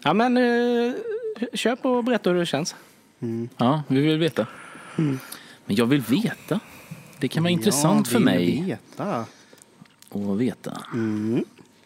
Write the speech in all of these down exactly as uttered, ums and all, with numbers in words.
Ja, men eh, köp och berätta hur det känns. Mm. Ja, vi vill veta. Mm. Men jag vill veta. Det kan vara Ja, intressant för vill mig veta. att veta. Mm.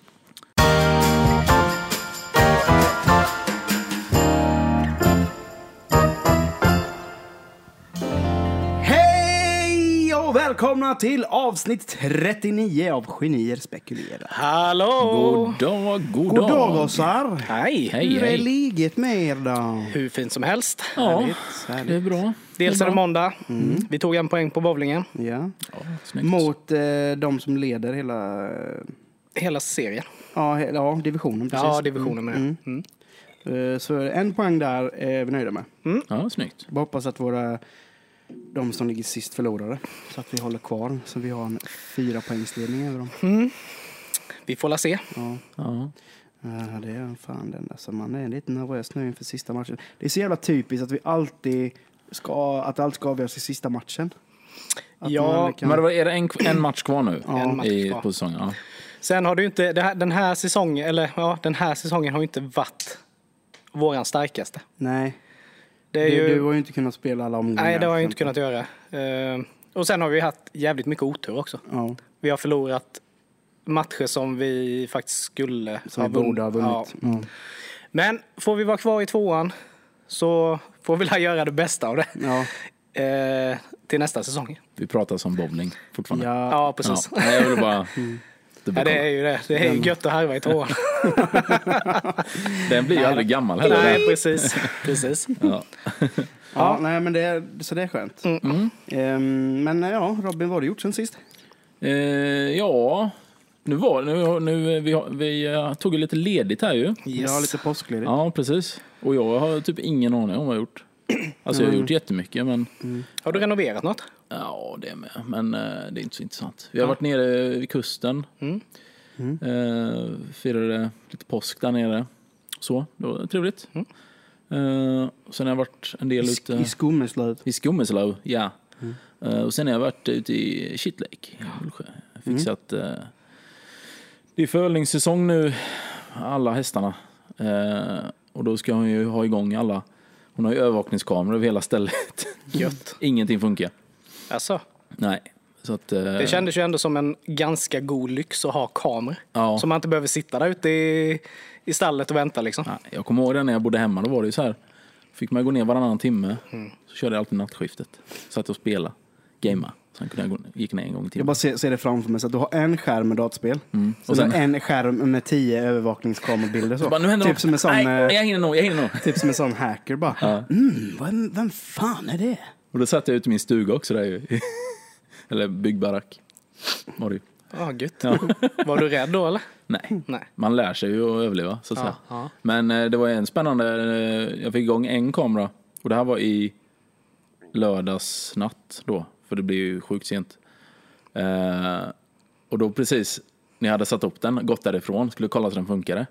Hej och välkomna till avsnitt trettionio av Genier spekulerar. Hallå! God dag, god, God dag. dag ossar. Hej! Hej, Hur är hej. liget med er då? Hur fint som helst. Ja, Härligt, det är härligt. bra. Dels är det bra. måndag. Vi tog en poäng på bowlingen. Ja. Ja, snyggt. Mot eh, de som leder hela, eh, Hela serien. ja, he- ja, divisionen. Precis. Ja, divisionen med Mm. det. Mm. Eh, Så en poäng där är vi nöjda med. Ja, snyggt. Bara hoppas att våra, de som ligger sist förlorade. Så att vi håller kvar. Så vi har en fyra poängsledning över dem. Vi får la se. Ja. Ja. Ja, det är fan den där. Så man är lite nervös nu inför sista matchen. Det är så jävla typiskt att vi alltid ska, att allt ska avgöras i sista matchen. Att Ja, man kan- Men det är det en, en match kvar nu Ja. En match i kvar. på säsongen? Ja. Sen har du inte, det här, den här säsongen, eller ja, den här säsongen har ju inte varit våran starkaste. Nej, Det är du, ju, du har ju inte kunnat spela alla omgångar. nej, det har jag inte till kunnat göra. Eh, och sen har vi haft jävligt mycket otur också. exempel. Ja, Vi har förlorat matcher som vi faktiskt skulle som vi borde ha vunnit. Ja. Ja. Men får vi vara kvar i tvåan så får vi väl göra det bästa av det Ja. eh, till nästa säsong. Vi pratar som bowling fortfarande. Ja. Ja, precis. Ja. Nej, jag vill bara... Det Ja, det är ju det. Det är ju gött att harva i tvåan. Den blir ju aldrig gammal heller. Nej, precis. precis. Ja. Ja, nej, men det är, så det är skönt. Mm. Ehm, men ja, Robin, vad har du gjort sen sist? Eh, ja, nu var nu, nu vi, har, vi eh, tog ju lite ledigt här ju. Jag har Yes. lite påskledigt. Ja, precis. Och jag har typ ingen aning om vad jag har gjort. Alltså jag har gjort jättemycket, men Har du renoverat något? ja, det är med. Men eh, det är inte så intressant. Vi har varit nere vid kusten. Mm. Eh, firade lite påsk där nere. Så, det var trevligt. Mm. Eh, sen har jag varit en del I, ute I Skummeslöv. i Skummeslöv, ja. Eh, och sen har jag varit ute i Shit Lake. Jag har fixat... Eh, det är förlingssäsong nu, alla hästarna. Eh, och då ska hon ju ha igång alla. Hon har ju övervakningskameror över hela stället. Gött. Ingenting funkar. Alltså, Nej. Så att, eh, det kändes ju ändå som en ganska god lyx att ha kameror. Ja. Så man inte behöver sitta där ute i, i stallet och vänta liksom. Nej, jag kommer ihåg det när jag bodde hemma. Då var det ju så här. Fick man gå ner varannan timme. Så körde jag alltid nattskiftet. Satt och spela. Gamea. Sen kunde jag gå, gick ner en gång i Jag timmen. bara ser, ser det framför mig så att du har en skärm med dataspel. Mm. Och Och sen sen- en skärm med tio övervakningskamerabilder. Så. Bara, nu händer typ något. som en sån, Nej, eh, jag hinner nog, jag hinner nog. typ som en sån hacker bara. Ja. Mm, vem, vem fan är det? Och då satt jag ute i min stuga också där ju. Eller byggbarack. Var det ju. Ja, gött. Var du rädd då eller? Nej. Nej. Man lär sig ju att överleva så att Ja, säga. ja. Men eh, det var en spännande. Eh, jag fick igång en kamera. Och det här var i lördags natt då. För det blir ju sjukt sent. Eh, och då precis när jag hade satt upp den, gått därifrån, skulle kolla att den funkade.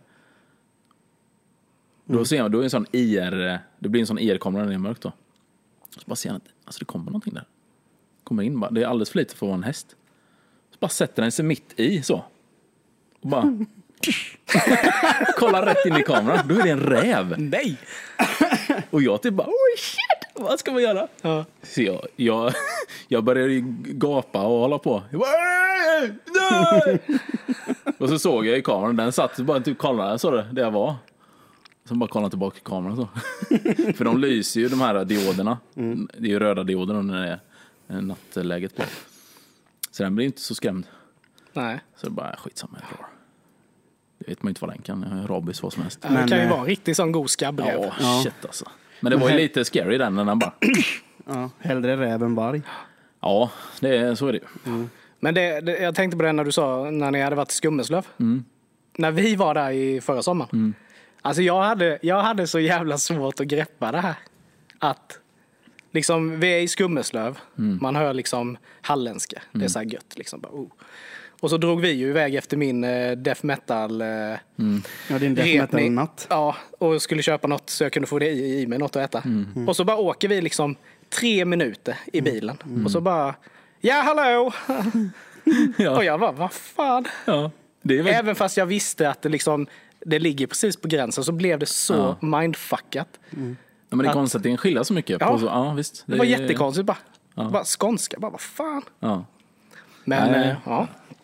Då ser man, då är en sån I R, det blir en sån I R-kamera när det är mörkt då. Så bara ser jag att alltså det kommer någonting där. Kommer in bara, det är alldeles för lite för att vara en häst. Så bara sätter den sig mitt i så. Och bara kollar rätt in i kameran. Då är det en räv. Nej! Och jag typ bara, oh shit, vad ska man göra? Ja. Så jag, jag, jag började ju gapa och hålla på. Jag bara, "Nej, nej!" Och så såg jag i kameran, den satt bara typ kollade, så det, det jag var. Så bara kollade tillbaka i kameran så. För de lyser ju de här dioderna. Mm. Det är ju röda dioder när det är nattläget på. Så den blir inte så skrämd. Nej. Så det bara, skitsamma, jag klarar. Det vet man inte vad den kan, rabies, vad som helst. Ja, det Men, kan ju eh, vara en riktig sån god skabbräv. Ja, Ja. shit alltså. Men det var ju lite scary den när den bara... Ja, hellre räv än varg. Ja, det är, så är det ju. Men det, det, jag tänkte på det när du sa när ni hade varit i Skummeslöv. Mm. När vi var där i förra sommaren. Mm. Alltså jag hade, jag hade så jävla svårt att greppa det här. Att liksom vi är i Skummeslöv. Mm. Man hör liksom halländska. Det är så här gött liksom. Bara, oh. Och så drog vi ju iväg efter min eh, death metal eh, Ja, din death repning. metal-natt. Ja, och skulle köpa något så jag kunde få det i, i mig något att äta. Mm. Och så bara åker vi liksom tre minuter i bilen. Och så bara, ja hallå! Ja. Och jag bara, vad fan? Ja, det är väl... Även fast jag visste att det liksom, det ligger precis på gränsen, så blev det så Ja. mindfuckat. Ja, men det är Att- konstigt att det skiljer så mycket. Ja. På så, ja, visst. Det var jättekonstigt bara. Ja. Bara skånska, bara vad fan. Ja. Men Nej. eh, ja.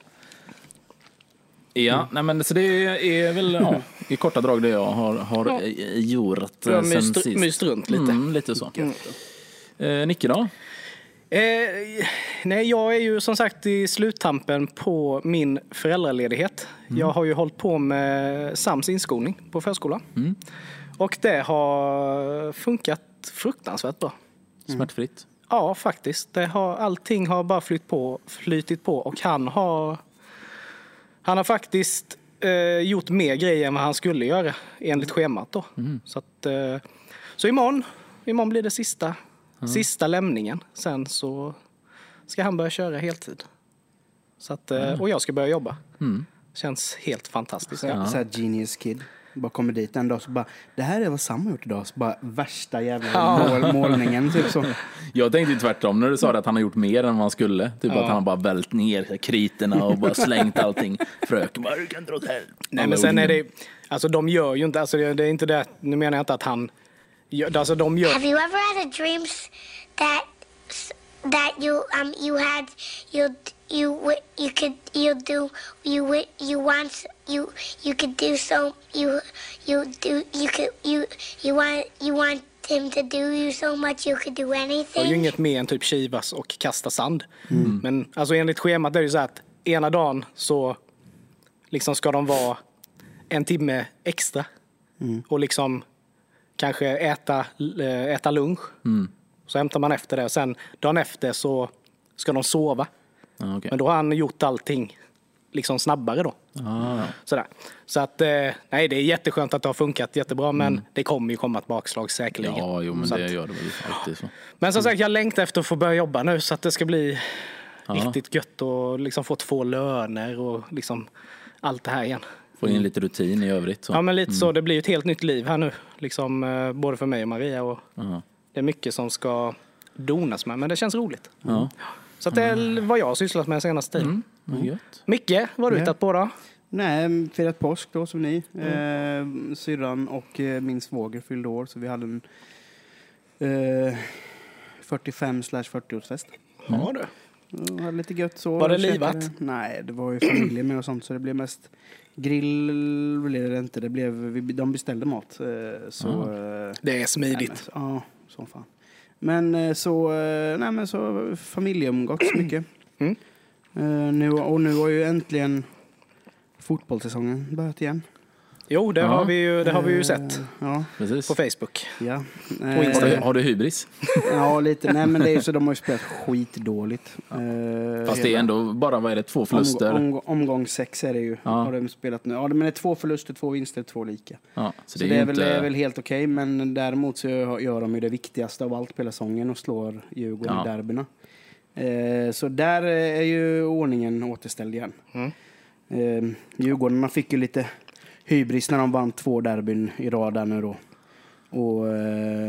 Ja, nej men så det är väl ja, i korta drag det jag har, har Ja. ja. gjort Du har sen myst, sist. myst runt lite. Mm, lite så. Eh, Nicke då? Eh, nej, jag är ju som sagt i sluttampen på min föräldraledighet. Mm. Jag har ju hållit på med Sams inskolning på förskolan. Mm. Och det har funkat fruktansvärt bra. Smärtfritt? Ja, faktiskt. Det har, allting har bara flytt på, flytit på och han har, han har faktiskt eh, gjort mer grejer än vad han skulle göra enligt schemat då. Mm. Så, att, eh, så imorgon, imorgon blir det sista, sista lämningen. Sen så ska han börja köra heltid. Så att, eh, och jag ska börja jobba. Mm. Känns helt fantastiskt. Så, Ja. så här genius kid. Bara kommer dit en dag så bara, det här är vad Sam har gjort idag. Så bara värsta jävla Ja. mål, målningen. Typ så. Jag tänkte ju tvärtom när du sa att han har gjort mer än vad han skulle. Typ Ja. att han har bara vält ner kriterna och bara slängt allting. Fröken bara, du kan dra åt helvete. Nej, men sen är det, alltså de gör ju inte, alltså det det är inte det, nu menar jag inte att han, gör- alltså de gör, Have you ever had a dreams that that you um you had you you wi- you could you do you wi- you want you you could do so you you do you could you you want you want him to do you so much you could do har ju anything? inget mer än typ kivas och kasta sand. Men alltså enligt schemat är det ju så att ena dagen så liksom ska de vara en timme extra och liksom kanske äta, eh, äta lunch. Så hämtar man efter det. Sen dagen efter så ska de sova. Ja, okej. Men då har han gjort allting liksom snabbare då. Ah, ja. Sådär. Så att, eh, nej, det är jätteskönt att det har funkat jättebra, men det kommer ju komma ett bakslag säkerligen. Ja, jo, men så det att, gör det väl alltid så. men som sagt, jag längtar efter att få börja jobba nu så att det ska bli Ja. riktigt gött och liksom få två löner och liksom allt det här igen. Få in lite rutin i övrigt. Så. Ja, men lite så. Det blir ju ett helt nytt liv här nu, liksom, eh, både för mig och Maria. Och Ja. det är mycket som ska donas med, men det känns roligt. Ja. Så att det är vad jag har sysslat med senaste tiden. Vad gött. Micke, vad har du Ja. hittat på då? Nej, firat påsk då som ni. Mm. Eh, syrran och eh, min svåger fyllde år så vi hade en eh, fyrtiofem fyrtio-årsfest. Har du? Ja, hade lite gött så. Var det Käkade- livat? Nej, det var ju familjen med och sånt så det blev mest grill blev det inte. Det blev, vi, de beställde mat. eh, Så, eh, Det är nej, smidigt. men, ja, som fan. Men eh, så, eh, nej men så familjeumgåtts mycket. Mm. Eh, nu, och nu har ju äntligen fotbollssäsongen börjat igen. Jo, det, Ja. har vi ju, det har vi ju sett Eh, Ja, Precis. på Facebook. ja. Och Har Instagram. du, har du hybris? Ja, lite. Nej, men det är ju så de har ju spelat skitdåligt. Eh, Fast det är ändå bara, vad är det, två förluster? Omgång, omgång sex är det ju. Ja. Har de spelat nu. Ja, men det är två förluster, två vinster, två lika. Ja, så Så det det är, är, ju väl, inte... det är väl helt okej, men däremot så gör de ju det viktigaste av allt på hela säsongen och slår Djurgården Ja. i derbyna. Eh, så där är ju ordningen återställd igen. Mm. Eh, Djurgårdarna fick ju lite hybris när de vann två derbyn i rad där nu då. Och eh,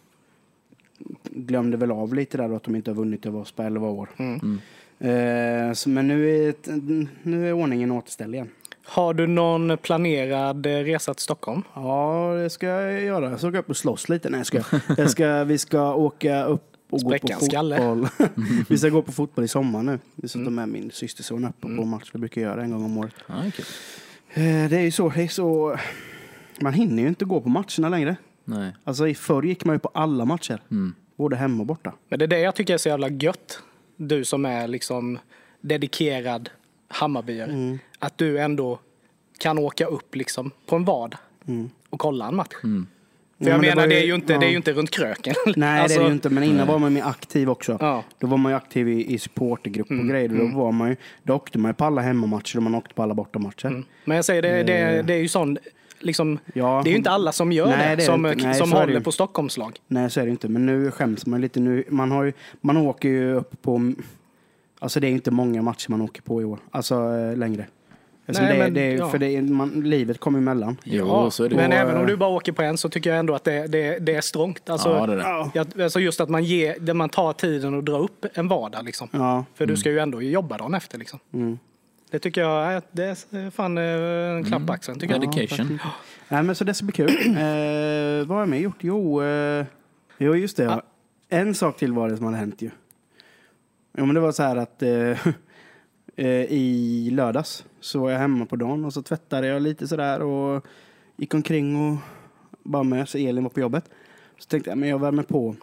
glömde väl av lite där då att de inte har vunnit över oss på elva år. Mm. Eh, så, men nu är, nu är ordningen återställd igen. Har du någon planerad eh, resa till Stockholm? Ja, det ska jag göra. Jag ska gå upp och slåss lite. Nej, jag ska, jag ska, vi ska åka upp och Spräcka gå en på skalle. fotboll. Vi ska gå på fotboll i sommar nu. Vi ska ta med min systerson upp på match. Vi brukar göra en gång om året. Ja, okej. Eh, Det är ju så, det är så... Man hinner ju inte gå på matcherna längre. Nej. Alltså i förr gick man ju på alla matcher. Mm. Både hemma och borta. Men det är det jag tycker är så jävla gött. Du som är liksom dedikerad Hammarbyare. Mm. Att du ändå kan åka upp liksom på en vardag och kolla en match. Mm. För jag Ja, men det menar, var det, ju- är ju inte, ja. det är ju inte runt kröken. Nej, Alltså, det är det ju inte. Men innan var man ju aktiv också. Ja. Då var man ju aktiv i, i supportergrupp och grejer. Då, var man ju, då åkte man ju på alla hemmamatcher och man åkte på alla bortamatcher. Men jag säger, det, det, det är ju sån... Liksom, Ja. det är ju inte alla som gör Nej, det, det är det som, inte. Nej, som så är det håller ju. på Stockholmslag. Nej, så är det inte. Men nu skäms man lite. Nu, man, har ju, man åker ju upp på... Alltså det är inte många matcher man åker på i år. Alltså eh, längre. Alltså, Nej, det, men, det, är- ja. För det är, man, livet kommer emellan. Jo, så är det. Men Och, även om eh, du bara åker på en så tycker jag ändå att det, det, det är strångt. Alltså, Ja, det är det. Ja. jag, alltså just att man, ger, där man tar tiden och drar upp en vardag. Liksom. Ja. För du ska ju ändå jobba dagen efter. Liksom. Det tycker jag är, det är fan en klapp på axeln, tycker jag. Dedication. Ja, nej, men så det ska bli kul. Eh, vad har jag med gjort? Jo, eh, jo just det. Ja. En sak till var det som hade hänt ju. Jo, men det var så här att eh, eh, i lördags så var jag hemma på dagen och så tvättade jag lite sådär och gick omkring och bara med så Elin var på jobbet. Så tänkte jag, men jag värmer på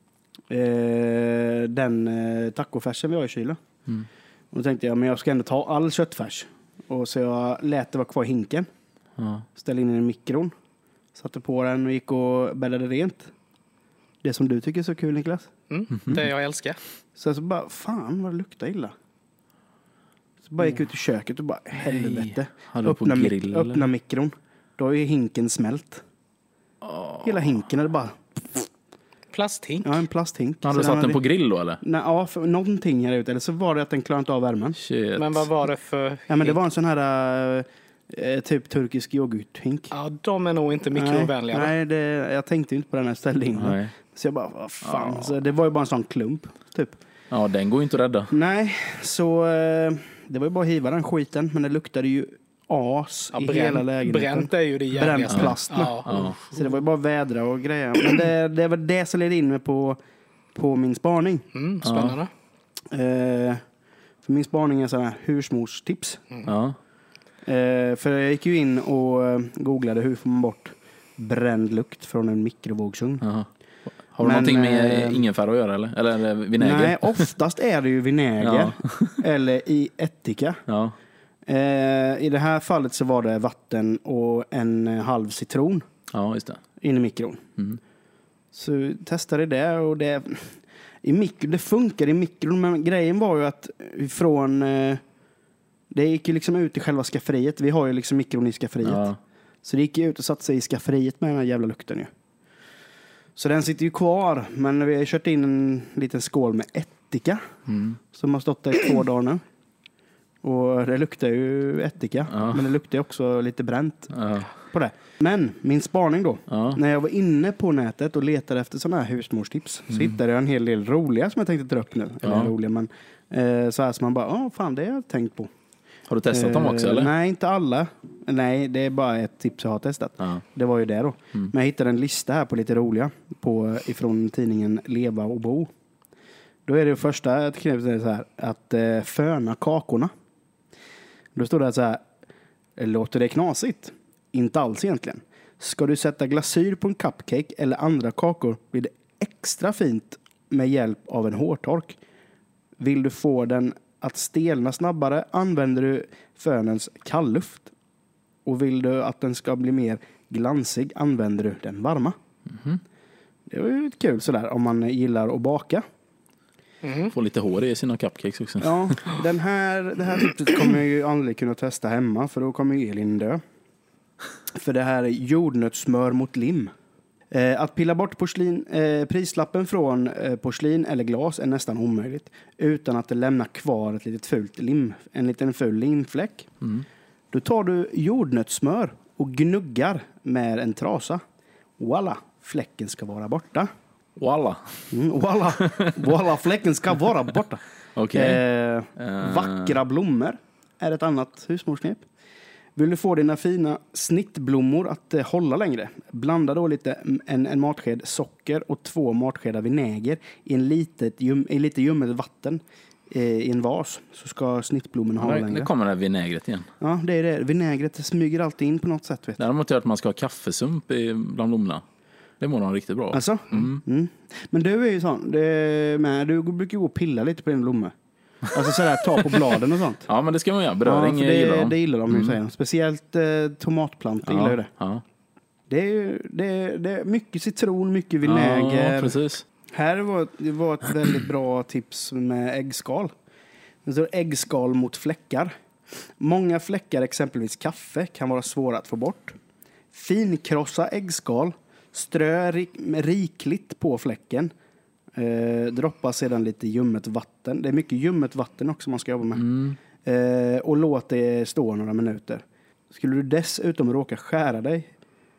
eh, den eh, tacofärsen vi har i kylen. Mm. Och då tänkte jag, men jag ska ändå ta all köttfärs. Och så jag lät det vara kvar i hinken. Ja. Ställde in den i mikron. Satte på den och gick och bäddade rent. Det som du tycker är så kul, Niklas. Mm, det jag älskar. Så jag så bara, fan vad det luktar illa. Så bara gick ut i köket och bara, helvete. Hade du på Öppna, grill, mik- öppna mikron. Då är ju hinken smält. Hela hinken är det bara, Plasthink. ja, en plasthink. Hade du Så satt den hade- på grill då eller? Nej, ja, för någonting här ute. Eller så var det att den klarade inte av värmen. Shit. Men vad var det för Ja, men det hink? var en sån här eh, typ turkisk yoghurthink. Ja, de är nog inte mikrovänliga. Nej, nej det, jag tänkte ju inte på den här ställningen. Nej. Så jag bara, vad fan. Ja. Så det var ju bara en sån klump, typ. Ja, den går ju inte att rädda. Nej, så eh, det var ju bara att hiva den skiten. Men det luktade ju as Ja, i brän- hela lägenheten. Bränt är ju det Bränt jävligaste. plast med. Ja. Ja. Så det var ju bara vädra och grejer. Men det, det var det som ledde in mig på, på min spaning. Mm, spännande. Eh, för min spaning är sån här husmorstips. Ja. Eh, för jag gick ju in och eh, googlade hur får man bort bränd lukt från en mikrovågsugn. Jaha. Har du Men, någonting med eh, ingefära att göra eller? Eller eh, vinäger? Nej, oftast är det ju vinäger eller i ättika. Ja. Eh, I det här fallet så var det vatten och en eh, halv citron Ja, just det. in i mikron. Mm. Så testade det och det, i mikro, det funkar i mikron, men grejen var ju att från eh, det gick ju liksom ut i själva skafferiet. Vi har ju liksom mikron i skafferiet. Ja. Så det gick ju ut och satte sig i skafferiet med den här jävla lukten ju. Så den sitter ju kvar, men vi har kört in en liten skål med ättika Mm. som har stått där i två dagar nu. Och det luktar ju ättika, Ja. men det luktar också lite bränt Ja. på det. Men min spaning då, Ja. när jag var inne på nätet och letade efter sådana här husmorstips så hittade jag en hel del roliga som jag tänkte dra upp nu. Eller Ja. roliga, men eh, så här som man bara, ja fan det har jag tänkt på. Har du testat dem också Eh, eller? Nej, inte alla. Nej, det är bara ett tips jag har testat. Ja. Det var ju det då. Mm. Men jag hittade en lista här på lite roliga på, ifrån tidningen Leva och Bo. Då är det första knepet så här att eh, föna kakorna. Då står det så här: låter det knasigt? Inte alls egentligen. Ska du sätta glasyr på en cupcake eller andra kakor blir det extra fint med hjälp av en hårtork. Vill du få den att stelna snabbare använder du fönens kallluft. Och vill du att den ska bli mer glansig använder du den varma. Mhm. Det var ju kul sådär om man gillar att baka. Mm. Få lite hår i sina cupcakes också. Ja, den här, det här tipset kommer jag ju aldrig kunna testa hemma för då kommer ju Elin dö. För det här är jordnötssmör mot lim. Eh, att pilla bort porslin, eh, prislappen från eh, porslin eller glas är nästan omöjligt utan att det lämnar kvar ett litet fult lim, en liten ful limfläck. Mm. Då tar du jordnötssmör och gnuggar med en trasa. Voila, fläcken ska vara borta. Walla. Mm, voila, voila, fläcken ska vara borta. Okej. Eh, Eh. Vackra blommor är ett annat husmorsknep. Vill du få dina fina snittblommor att eh, hålla längre? Blanda då lite en, en matsked socker och två matskedar vinäger i, en litet, jum, i lite ljummet vatten eh, i en vas. Så ska snittblommorna hålla Nu längre. kommer det här vinägret igen. Ja, det är det. Vinägret smyger alltid in på något sätt. Vet du. Där har man inte hört att man ska ha kaffesump i, bland blommorna. Det mår de riktigt bra. Alltså? Mm. Mm. Men du är ju sån. Det är med, du brukar gå och pilla lite på din blomma. Alltså sådär, ta på bladen och sånt. Ja, men det ska man göra. Ja, Beröring för det, gillar de. det gillar de ju Mm. säger. Speciellt eh, tomatplantor gillar ju det. Ja. Det är, ju- det, är, det är mycket citron, mycket Ja, vinäger. precis. Här var, det var ett väldigt bra tips med äggskal. Det står äggskal mot fläckar. Många fläckar, exempelvis kaffe, kan vara svåra att få bort. Finkrossa äggskal. Strö rik, rikligt på fläcken. Eh, droppa sedan lite ljummet vatten. Det är mycket ljummet vatten också man ska jobba med. Mm. Eh, och låt det stå några minuter. Skulle du dessutom råka skära dig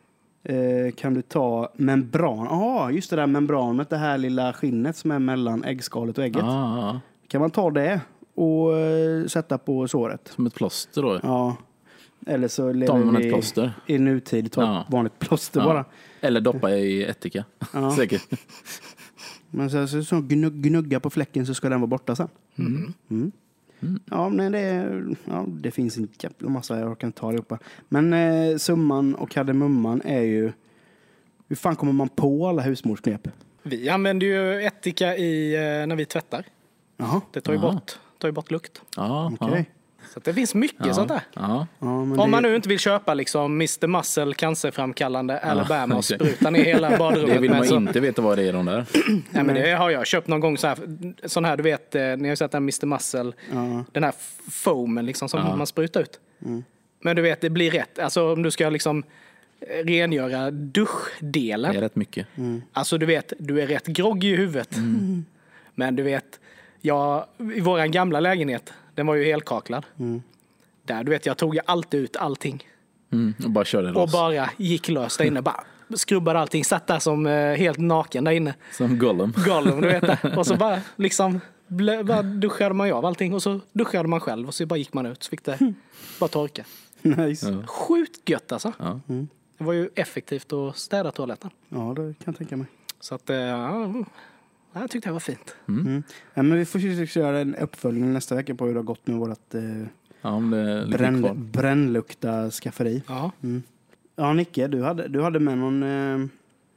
eh, kan du ta membran. Ja, just det där membranet, det här lilla skinnet som är mellan äggskalet och ägget. Ah, Kan man ta det och eh, sätta på såret. Som ett plåster då? Ja. Eller så lever tar man vi ett plåster. i nutid. Ta Ja. ett vanligt plåster Ja. bara. Eller doppa i ättika. Ja. Säkert. Men så, så, så gnugg, gnugga på fläcken så ska den vara borta sen. Mm. Mm. Ja, men det, ja, det finns en jävla massa jag kan ta det upp. Men eh, summan och kardemumman är ju... Hur fan kommer man på alla husmorsknep? Vi använder ju ättika i, eh, när vi tvättar. Jaha, Det tar ju, Jaha. bort, tar ju bort lukt. Ja, okej. Så att det finns mycket ja. sånt där. Ja. Ja, men Om det, man nu inte vill köpa liksom mister Muscle cancerframkallande Alabama och okej. spruta ner hela badrummet. Det vill med, man så, inte veta vad det är de där. nej, men det har jag köpt någon gång så här, sån här du vet, eh, ni har sett den mister Muscle, Ja. den här f- foamen liksom som Ja. man sprutar ut. Men du vet, det blir rätt. Alltså om du ska liksom eh, rengöra duschdelen. Det är rätt mycket. Alltså du vet, du är rätt groggy i huvudet. Men du vet, jag, i våran gamla lägenhet, den var ju helkaklad. Där du vet, jag tog ju alltid ut allting. Mm. Och bara körde Och loss. bara gick lös där inne. Bara skrubbade allting, satt där som eh, helt naken där inne. Som Gollum. Gollum, du vet det. Och så bara liksom, blö, bara duschade man ju av allting. Och så duschade man själv och så bara gick man ut. Så fick det bara torka. nice. Ja. Sjukt gött alltså. Ja. Det var ju effektivt att städa toaletten. Ja, det kan jag tänka mig. Så att, eh, ja, jag tyckte det var fint. Mm. Ja, men vi får försöka göra en uppföljning nästa vecka på hur det har gått med vårt eh, Ja, om det ligger kvar. bränn, brännlukta skafferi. Ja. Ja, Nicke, du hade, du hade med någon, eh,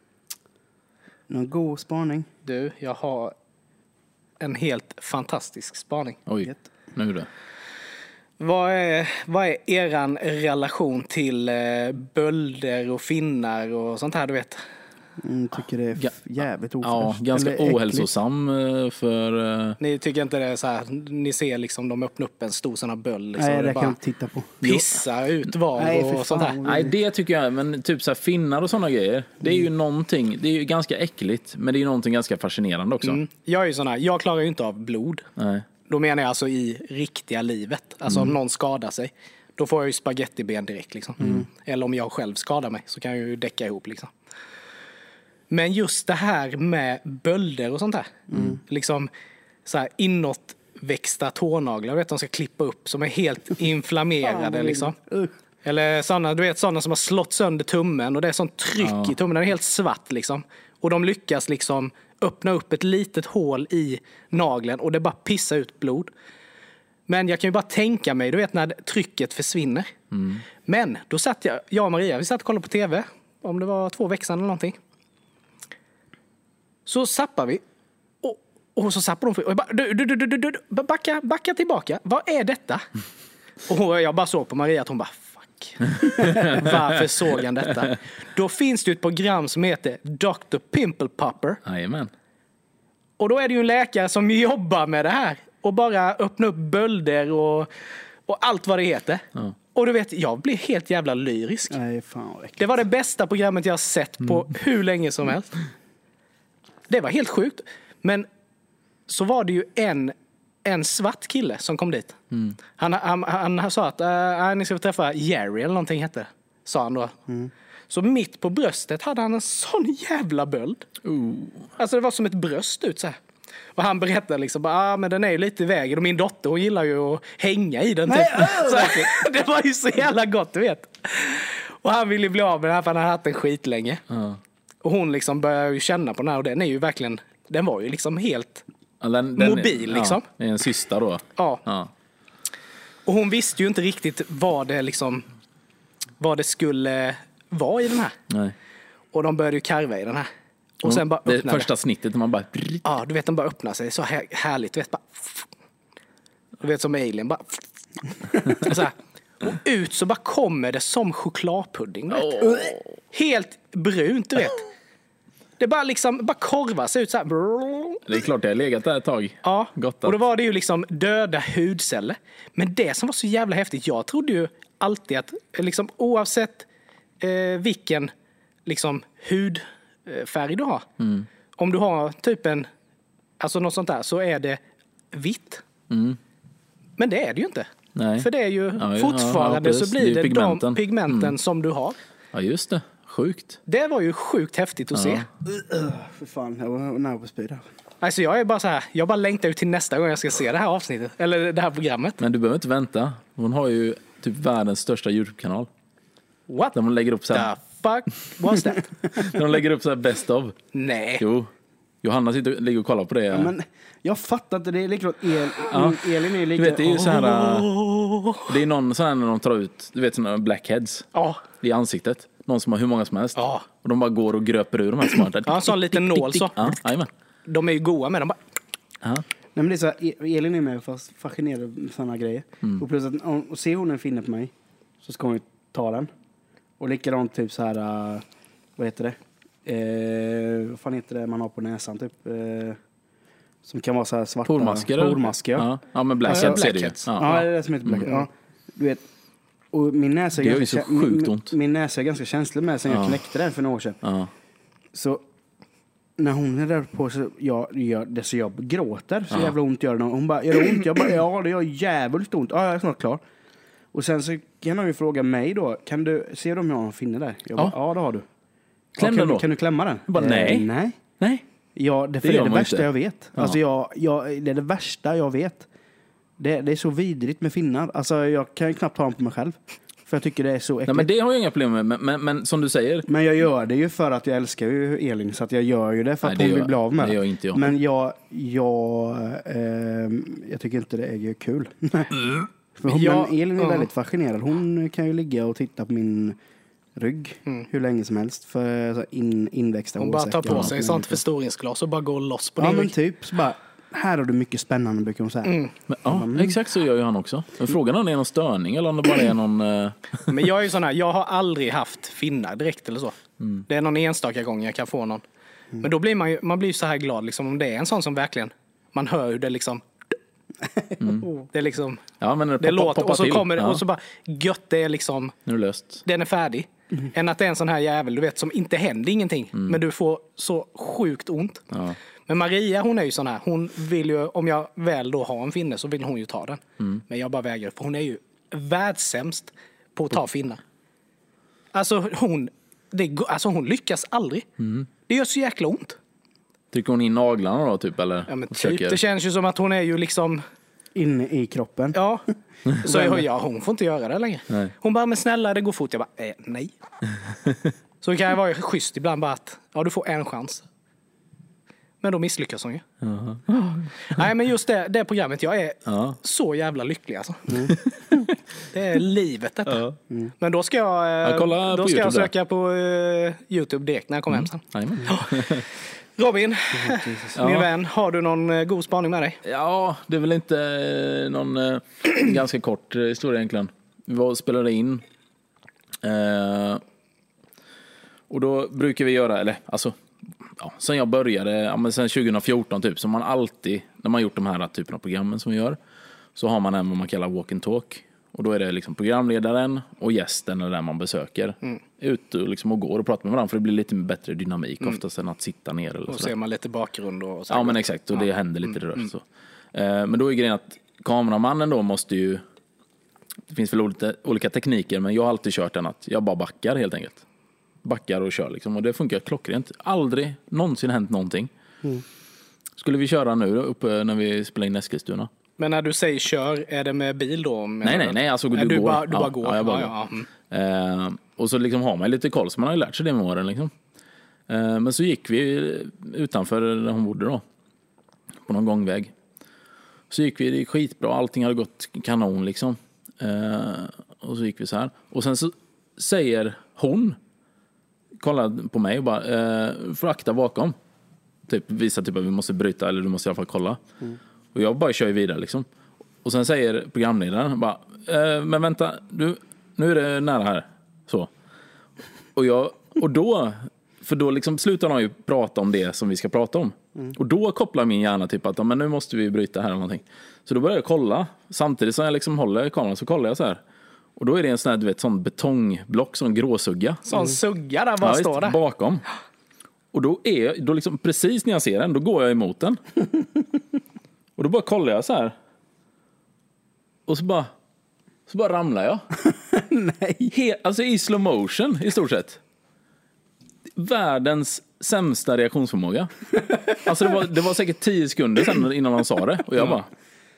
någon god spaning. Du, jag har en helt fantastisk spaning. Oj, Gött. nu det. Vad är, vad är eran relation till eh, bölder och finnar och sånt här, du vet? Mm, tycker det är Ga- f- jävligt Ja, ofräscht. ganska Eller äckligt. ohälsosam eh, för... eh, Ni tycker inte det är så här, ni ser liksom de öppnar upp en stor sån här böld liksom, Nej, och det det kan jag bara inte titta på. pissar ut var Nej, för och sånt fan. här. Nej, det tycker jag, men typ så här finnar och sådana grejer. Det är ju någonting, det är ju ganska äckligt, men det är ju någonting ganska fascinerande också. Mm. Jag är ju sån här, jag klarar ju inte av blod. Nej. Då menar jag alltså i riktiga livet. Alltså om någon skadar sig, då får jag ju spagettiben direkt liksom. Eller om jag själv skadar mig så kan jag ju däcka ihop liksom. Men just det här med bölder och sånt där. Liksom så här inåtväxta tånaglar, vet de ska klippa upp som är helt inflammerade liksom. Eller sådana, du vet sådana som har slått sönder tummen och det är sånt tryck Ja. i tummen, den är helt svart liksom. Och de lyckas liksom öppna upp ett litet hål i nageln och det bara pissar ut blod. Men jag kan ju bara tänka mig, du vet när trycket försvinner. Men då satt jag, jag och Maria, vi satt och kollade på tv, om det var två växan eller någonting. Så zappar vi. Och, och så zappar de för, och jag bara, du, du, du, du, du, du, backa, backa tillbaka. Vad är detta? Och jag bara såg på Maria att hon bara, fuck. Varför såg han detta? Då finns det ett program som heter doktor Pimple Popper. Jajamän. Och då är det ju en läkare som jobbar med det här. Och bara öppnar upp bölder och, och allt vad det heter. Ja. Och du vet, jag blir helt jävla lyrisk. Nej, fan vad äckligt. Det var det bästa programmet jag har sett på hur länge som helst. Det var helt sjukt. Men så var det ju en, en svart kille som kom dit. Han, han, han, han sa att äh, ni ska få träffa Jerry eller någonting hette det, sa han då. Så mitt på bröstet hade han en sån jävla böld. Uh. Alltså det var som ett bröst ut så här. Och han berättade liksom, ah, men den är ju lite i vägen. Och min dotter, hon gillar ju att hänga i den. Nej, Typ. Så, det var ju så jävla gott, du vet. Och han ville bli av med den här för han hade haft den skit länge. Ja. Och hon liksom började ju känna på den här. Och den är ju verkligen, den var ju liksom helt Ja, den, den, mobil liksom. Ja, det är en syster då. Ja. Ja. Och hon visste ju inte riktigt vad det liksom, vad det skulle vara i den här. Nej. Och de började ju karva i den här. Och sen bara det öppnade första snittet, man bara... Ja, du vet, den bara öppnar sig. Så här, härligt, du vet, bara... Du vet, som Alien, bara... Och, så här. Och ut så bara kommer det som chokladpudding, du vet. Åh. Helt brunt, du vet. Det bara liksom, bara korvas ut så här. Det är klart, jag har legat där ett tag. Ja, Gott och då att- var det ju liksom döda hudceller. Men det som var så jävla häftigt, jag trodde ju alltid att liksom, oavsett eh, vilken liksom, hudfärg du har, Mm. om du har typ en, alltså något sånt där, så är det vitt. Mm. Men det är det ju inte. Nej. För det är ju ja, fortfarande ja, precis. så blir Det är det, pigmenten. de pigmenten som du har. Ja, just det. Sjukt. Det var ju sjukt häftigt att Ja. se. För fan, jag var nära på att spy där. Alltså jag är bara så här, jag bara längtar ut till nästa gång jag ska se det här avsnittet. Eller det här programmet. Men du behöver inte vänta. Hon har ju typ världens största YouTube-kanal. What? Där hon lägger upp så här. The fuck was that? Där hon lägger upp så här best of. Nej. Jo. Johanna sitter och ligger och kollar på det. Ja, men jag fattar inte, det är likadant. El, Ja. Elin är lika... Du vet, det är ju så här... äh, Det är någon sån här när de tar ut, du vet, såna blackheads Ja. i ansiktet. Någon som har hur många som helst. Ja. Och de bara går och gröper ur de här smarta. Ja, en sån liten nål så. Ja, jajamän. De är ju goa med dem bara. Ja. Nej, men det är så här, E- Elin är med fast fascinerad av sådana grejer. Mm. Och plus att om och ser hon en finne på mig så ska hon ju ta den. Och likadant typ så här, uh, vad heter det? Eh, vad fan heter det man har på näsan typ? Eh, som kan vara så här svarta. Pormasker, eller? Pormasker. Ja. Ja, men blackheads är det ju. Blackheads. Ja, Ja. det är det som heter blackhead. Ja, du vet. Och min näsa är, Det gör ju ganska, så kä- sjukt min, ont. min näsa är ganska känslig med sen jag Ja. knäckte den för några år sedan. Ja. Så när hon är där på så jag, jag, det så jag gråter så Ja. jävla ont gör det. Hon bara, gör det ont? Jag bara, ja det gör jävligt ont. Ja, jag är snart klar. Och sen så kan hon ju fråga mig då, kan du, ser du om jag har en finne där? Jag bara, Ja. ja det har du. Kläm ja, den kan, då. kan du klämma den? Jag bara, nej. Eh, nej. Nej. Ja, det, för Det det gör är det man värsta inte. jag vet. Ja. Alltså jag, jag, det är det värsta jag vet. Det, det är så vidrigt med finnar. Alltså jag kan ju knappt ha dem på mig själv. För jag tycker det är så äckligt. Nej, men det har jag inga problem med. Men, men, men som du säger. Men jag gör det ju för att jag älskar ju Elin. Så att jag gör ju det för att Nej, det hon vill gör- bli av med det gör inte jag. Men jag, jag, ehm, jag tycker inte det är kul. för hon, Ja, men Elin är ja. väldigt fascinerad. Hon kan ju ligga och titta på min rygg hur länge som helst. För så in, inväxta Hon bara tar hårsäckar på och sig allt sånt möjligt. förstoringsglas och bara går loss på Ja din men rygg. typ. Så bara, här har du mycket spännande brukar hon säga. Men, ja, exakt så gör ju han också. Men frågan är om det är någon störning eller om det bara är någon... eh, Men jag är ju sån här, jag har aldrig haft finnar direkt eller så. Mm. Det är någon enstaka gång jag kan få någon. Men då blir man ju, man blir ju så här glad liksom om det är en sån som verkligen, man hör hur det liksom, det är liksom, Ja, men det, det låter och så till. kommer det Ja, och så bara gött det är liksom, nu är det löst. den är färdig. Än att det är en sån här jävel du vet som inte händer ingenting. Men du får så sjukt ont. Ja. Men Maria hon är ju sån här, hon vill ju, om jag väl då har en finne så vill hon ju ta den. Men jag bara vägrar för hon är ju världssämst på att ta finnar. Alltså hon, det, går- alltså hon lyckas aldrig. Det gör så jäkla ont. Trycker hon in naglarna då typ eller? Ja men typ, Försöker- det känns ju som att hon är ju liksom, Inne i kroppen. ja. Så jag, ja, hon får inte göra det längre. Nej. Hon bara, men snälla det går fort. Jag bara, eh, nej. Så kan jag vara schysst ibland bara att, ja du får en chans. Men då misslyckas hon ju. Nej men just det, det programmet, jag är Ja. så jävla lycklig alltså. Det är livet detta. Ja. Men då ska jag, eh, Ja, kolla då på ska jag YouTube där. söka på uh, YouTube direkt när jag kommer hem sen. Jajamän. Robin, Ja. min vän, har du någon eh, god spaning med dig? Ja, det är väl inte eh, någon eh, ganska kort eh, historia egentligen. Vi var och spelade in. Eh, och då brukar vi göra, eller alltså, ja, sen jag började, ja, men sen tjugo fjorton typ, så man alltid, när man gjort de här typen av programmen som vi gör, så har man en vad man kallar walk and talk. Och då är det liksom programledaren och gästen eller den man besöker Mm. ute och, liksom och går och pratar med varandra för det blir lite bättre dynamik oftast än att sitta ner eller Och sådär. ser man lite bakgrund och så. Ja men exakt, och det händer lite rörelse. Så. Eh, men då är grejen att kameramannen då måste ju, det finns väl olika, olika tekniker, men jag har alltid kört den att jag bara backar helt enkelt. Backar och kör liksom, och det funkar klockrent. Aldrig någonsin hänt någonting. Skulle vi köra nu då, uppe när vi spelar in Eskilstuna? Men när du säger kör, är det med bil då? Med Nej, nej, nej, alltså du, Nej, du går. Bara, du ja, bara går? Ja, jag bara ja, går. ja, mm. Eh, och så liksom har man lite koll, så man har ju lärt sig det med åren liksom. Eh, men så gick vi utanför där hon bodde då, på någon gångväg. Så gick vi, det gick skitbra, allting hade gått kanon liksom. Eh, och så gick vi så här. Och sen så säger hon, kollar på mig och bara, eh, får akta bakom. Typ visa typ att vi måste bryta, eller du måste i alla fall kolla. Och jag bara kör ju vidare liksom. Och sen säger programledaren bara, eh, men vänta, du, nu är det nära här. Så. Och jag, och då, för då liksom slutar de ju prata om det som vi ska prata om. Och då kopplar min hjärna typ att, men nu måste vi bryta här eller någonting. Så då börjar jag kolla. Samtidigt som jag liksom håller kameran så kollar jag så här. Och då är det en sån här, du vet, sån betongblock, sån gråsugga. Sån sugga där bara Ja, står visst, där. bakom. Och då är jag, då liksom, precis när jag ser den, då går jag emot den. Och då bara kollar jag så här. Och så bara, så bara ramlar jag. Nej. He, alltså i slow motion i stort sett. världens sämsta reaktionsförmåga. Alltså det var, det var säkert tio sekunder sedan innan han sa det. Och jag bara...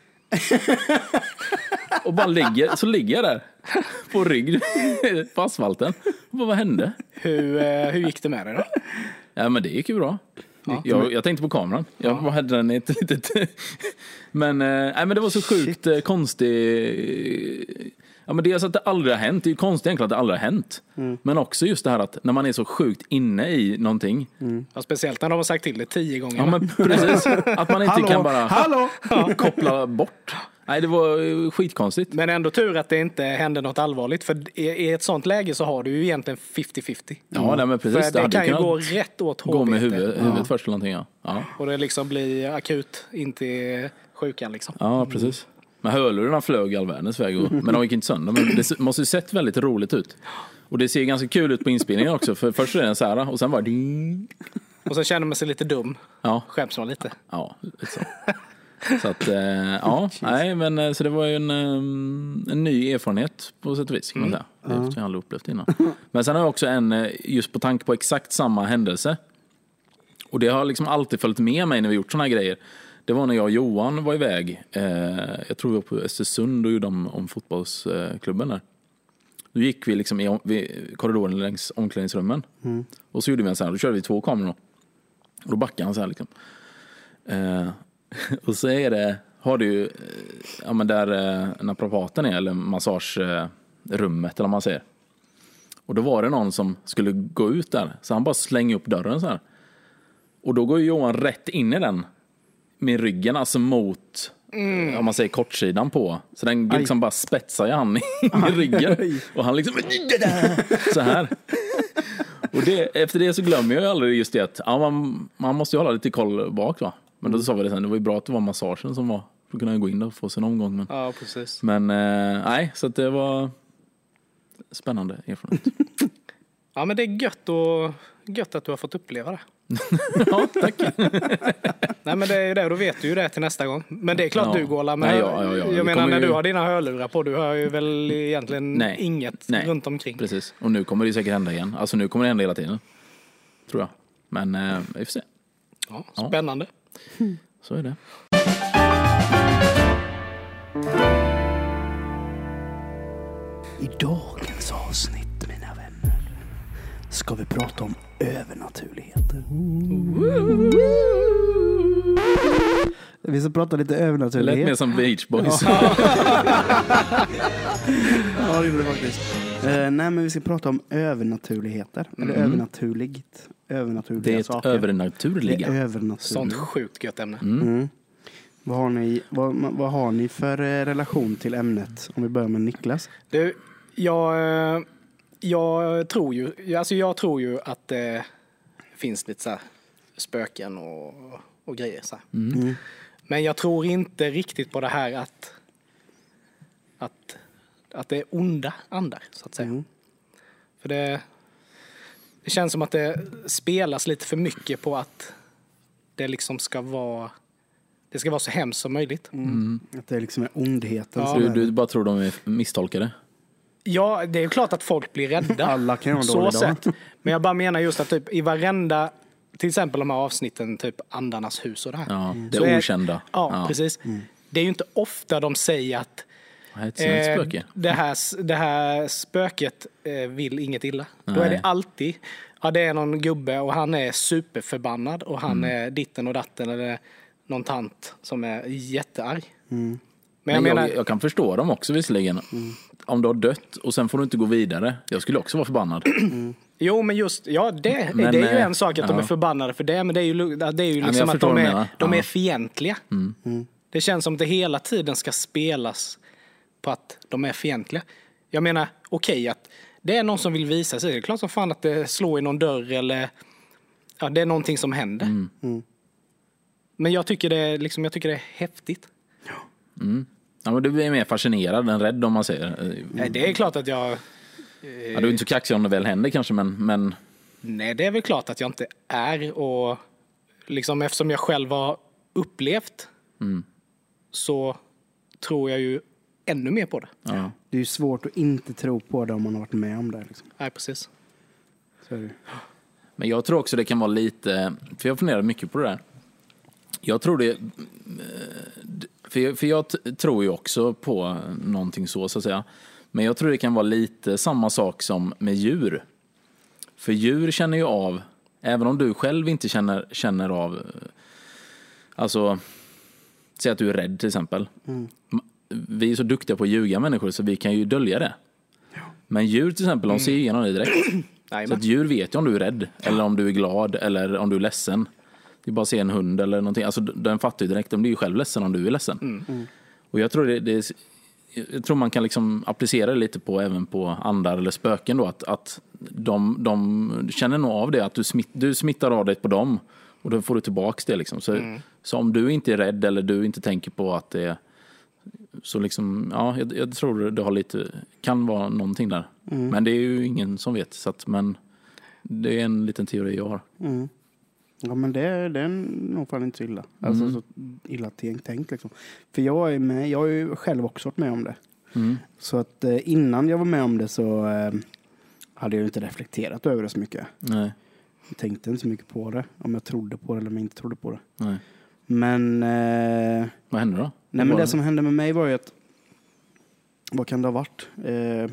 och bara ligger, så ligger jag där på rygg på asfalten. Och bara, vad hände? Hur, eh, hur gick det med det då? Ja, men det gick ju bra. Ja. Jag, jag tänkte på kameran. Jag ja. hade den i ett litet... men, eh, nej, men det var så sjukt eh, konstigt... Ja, men dels att det aldrig har hänt. Det är ju konstigt egentligen att det aldrig har hänt. Mm. Men också just det här att när man är så sjukt inne i någonting. Mm. Ja, speciellt när de har sagt till det tio gånger. Ja, men precis. Att man inte Hallå, kan bara hallå. koppla bort. Nej, det var skitkonstigt. Men ändå tur att det inte hände något allvarligt. För i ett sånt läge så har du ju egentligen femtio femtio. Mm. Ja, nej, men precis. För det, det kan ju gå rätt åt H B T. Gå med huvudet, huvudet ja. först eller någonting, ja. ja. Och det liksom blir akut in till sjukan liksom. Ja, precis. Men hörlurarna flög all världens väg. Och, men de gick inte sönder. Men det måste ju sett väldigt roligt ut. Och det ser ganska kul ut på inspelningen också. För först är det en så här och sen var det... Och sen känner man sig lite dum. Ja. Skäms man lite. Ja, lite så. Så att, eh, ja, nej, men så det var ju en, en ny erfarenhet på sätt och vis, kan man säga. Det har jag aldrig upplevt innan. Men sen har jag också en, just på tanke på exakt samma händelse. Och det har liksom alltid följt med mig när vi gjort såna här grejer. Det var när jag och Johan var iväg. Eh, jag tror vi var på Östersund och gjorde om, om fotbollsklubben där. Då gick vi liksom i, i korridoren längs omklädningsrummen. Mm. Och så gjorde vi en sån här, då körde vi två kameror. Och då backade han så här liksom. Eh, och så är det, har du ju, ja men där eh, naprapaten är, eller massagerummet eller vad man säger. Och då var det någon som skulle gå ut där. Så han bara slänger upp dörren så här. Och då går ju Johan rätt in i den. Med ryggen alltså mot, mm. om man säger kortsidan på. Så den liksom bara spetsar i han i, i ryggen. Och han liksom så här. Och det, efter det så glömmer jag ju aldrig just det att ja, man, man måste ju hålla lite koll bak va. Men då sa vi det sen, det var ju bra att det var massagen som var, för att kunna gå in och få sig en omgång. Men, ja, precis. Men eh, nej, så att det var spännande erfarenhet. Ja, men det är gött, och, gött att du har fått uppleva det. Ja, tack. Nej, men det är ju det, då vet du ju det till nästa gång. Men det är klart ja. du går, men nej, ja, ja, ja. Jag menar när ju... du har dina hörlurar på, du hör ju väl egentligen nej. inget nej. runt omkring. Precis, och nu kommer det säkert hända igen. Alltså nu kommer det hända hela tiden, tror jag. Men eh, vi får se. Ja, spännande. Ja. Så är det. I dagens avsnitt, mina vänner, ska vi prata om övernaturligheter. Vi ska prata lite övernaturlighet. Lät mer som Beach Boys. Ja, det är det faktiskt. Uh, nej, men vi ska prata om övernaturligheter. Mm. Eller övernaturligt. Övernaturliga det saker. Övernaturliga. Det är övernaturliga. Sånt sjukt gött ämne. Mm. Mm. Vad har ni, vad, vad har ni för relation till ämnet? Om vi börjar med Niklas. Du, jag, jag tror ju, alltså jag tror ju att det finns lite så här spöken och, och grejer så här. Mm. Mm. Men jag tror inte riktigt på det här att att, att det är onda andar, så att säga. Mm. För det, det känns som att det spelas lite för mycket på att det liksom ska vara det ska vara så hemskt som möjligt. Mm. Att det liksom är ondheten. Ja. Du, du bara tror de är misstolkade? Ja, det är klart att folk blir rädda. Alla kan ha så sätt. Men jag bara menar just att typ i varenda, till exempel de här avsnitten, typ Andarnas hus och det här. Ja, det är okända. Ja, ja, precis. Mm. Det är ju inte ofta de säger att eh, spöke. det, här, det här spöket eh, vill inget illa. Nej. Då är det alltid, ja, det är någon gubbe och han är superförbannad och han mm. är ditten och datten eller någon tant som är jättearg. Mm. Men jag, Men jag, menar, jag kan förstå dem också visserligen. Mm. Om du har dött och sen får du inte gå vidare. Jag skulle också vara förbannad. Mm. Jo, men just, ja, det, men, det är ju en sak att ja. de är förbannade för det. Men det är ju, det är ju liksom att de är, de är ja. fientliga. Mm. Mm. Det känns som att det hela tiden ska spelas på att de är fientliga. Jag menar, okej okay, att det är någon som vill visa sig. Det är klart som fan att det slår i någon dörr eller ja, det är någonting som händer. Mm. Mm. Men jag tycker, det, liksom, jag tycker det är häftigt. Mm. Ja, men du blir mer fascinerad än rädd om man säger. Nej, det är klart att jag... Eh, ja, du är inte så kaxig om det väl händer kanske, men, men... Nej, det är väl klart att jag inte är. Och liksom, eftersom jag själv har upplevt mm. så tror jag ju ännu mer på det. Ja. Det är ju svårt att inte tro på det om man har varit med om det. Liksom. Nej, precis. Så är det. Men jag tror också det kan vara lite, för jag funderar mycket på det där. Jag tror det, för jag, för jag t- tror ju också på någonting så, så att säga. Men jag tror det kan vara lite samma sak som med djur. För djur känner ju av, även om du själv inte känner, känner av, alltså, säg att du är rädd till exempel. Mm. Vi är så duktiga på att ljuga människor så vi kan ju dölja det. Men djur till exempel, de ser igenom det direkt. Så att djur vet ju om du är rädd, eller om du är glad, eller om du är ledsen. Det är bara att se en hund eller någonting. Alltså den fattar ju direkt, de blir ju själv ledsen om du är ledsen. Mm. Mm. Och jag tror det, det jag tror man kan liksom applicera det lite på även på andar eller spöken då, att, att de, de känner nog av det, att du, smitt, du smittar av det på dem och då får du tillbaks det liksom. Så, mm. så om du inte är rädd eller du inte tänker på att det är så liksom, ja, jag, jag tror det har lite, kan vara någonting där. Mm. Men det är ju ingen som vet, så att, men det är en liten teori jag har. Mm. Ja, men det, det är nog fan inte så illa. Alltså mm. så illa tänkt liksom. För jag är med, jag har ju själv också varit med om det. Mm. Så att eh, innan jag var med om det så eh, hade jag inte reflekterat över det så mycket. Nej. Jag tänkte inte så mycket på det. Om jag trodde på det eller om jag inte trodde på det. Nej. Men... Eh, vad hände då? Nej, men det som hände med mig var ju att... Vad kan det ha varit? Eh,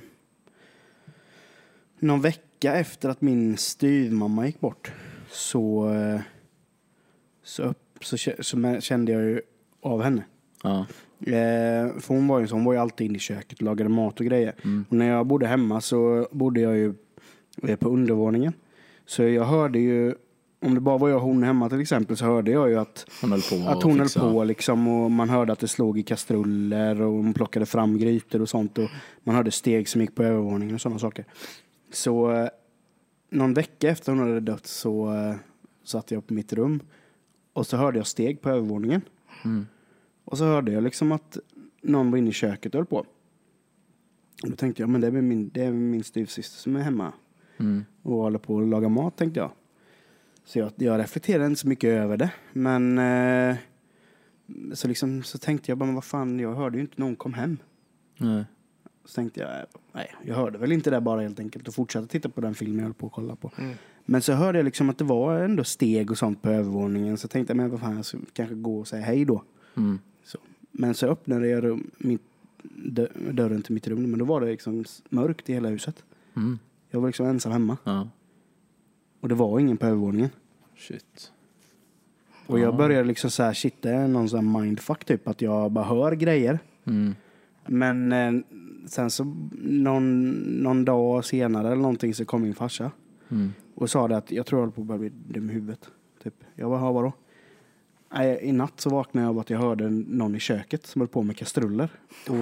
någon vecka efter att min styvmamma gick bort så, eh, så, upp, så, så kände jag ju av henne. Ja. Eh, för hon var ju så, hon var ju alltid inne i köket och lagade mat och grejer. Mm. Och när jag bodde hemma så bodde jag ju på undervåningen. Så jag hörde ju, om det bara var jag och hon hemma till exempel, så hörde jag ju att hon höll på, att hon höll på liksom, och man hörde att det slog i kastruller och hon plockade fram grytor och sånt, och man hörde steg som gick på övervåningen och sådana saker. Så eh, någon vecka efter hon hade dött så eh, satt jag på mitt rum och så hörde jag steg på övervåningen. Mm. Och så hörde jag liksom att någon var inne i köket och höll på. Och då tänkte jag, men det är min, det är min styvsyster som är hemma. Mm. Och håller på att laga mat, tänkte jag. Så jag, jag reflekterade inte så mycket över det. Men eh, så, liksom, så tänkte jag bara, men vad fan, jag hörde ju inte någon kom hem. Nej. Så tänkte jag, nej, jag hörde väl inte det bara helt enkelt. Och fortsatte titta på den filmen jag höll på att kolla på. Mm. Men så hörde jag liksom att det var ändå steg och sånt på övervåningen. Så tänkte jag, men vad fan, jag skulle kanske gå och säga hej då. Mm. Så. Men så öppnade jag rum, mitt, dö- dörren till mitt rum. Men då var det liksom mörkt i hela huset. Mm. Jag var liksom ensam hemma. Ja. Och det var ingen på övervåningen. Shit. Och jag började liksom så här, shit, det är någon sån här mindfuck typ. Att jag bara hör grejer. Mm. Men eh, sen så någon, någon dag senare eller någonting så kom min farsa. Mm. Och sa det att jag tror jag håller på att börja bli dum i huvudet. Typ. Jag bara, vadå? Nej, i natt så vaknade jag av att jag hörde någon i köket som höll på med kastruller.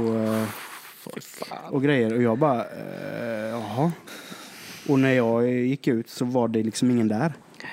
Och, och grejer. Och jag bara, eh, jaha. Och när jag gick ut så var det liksom ingen där.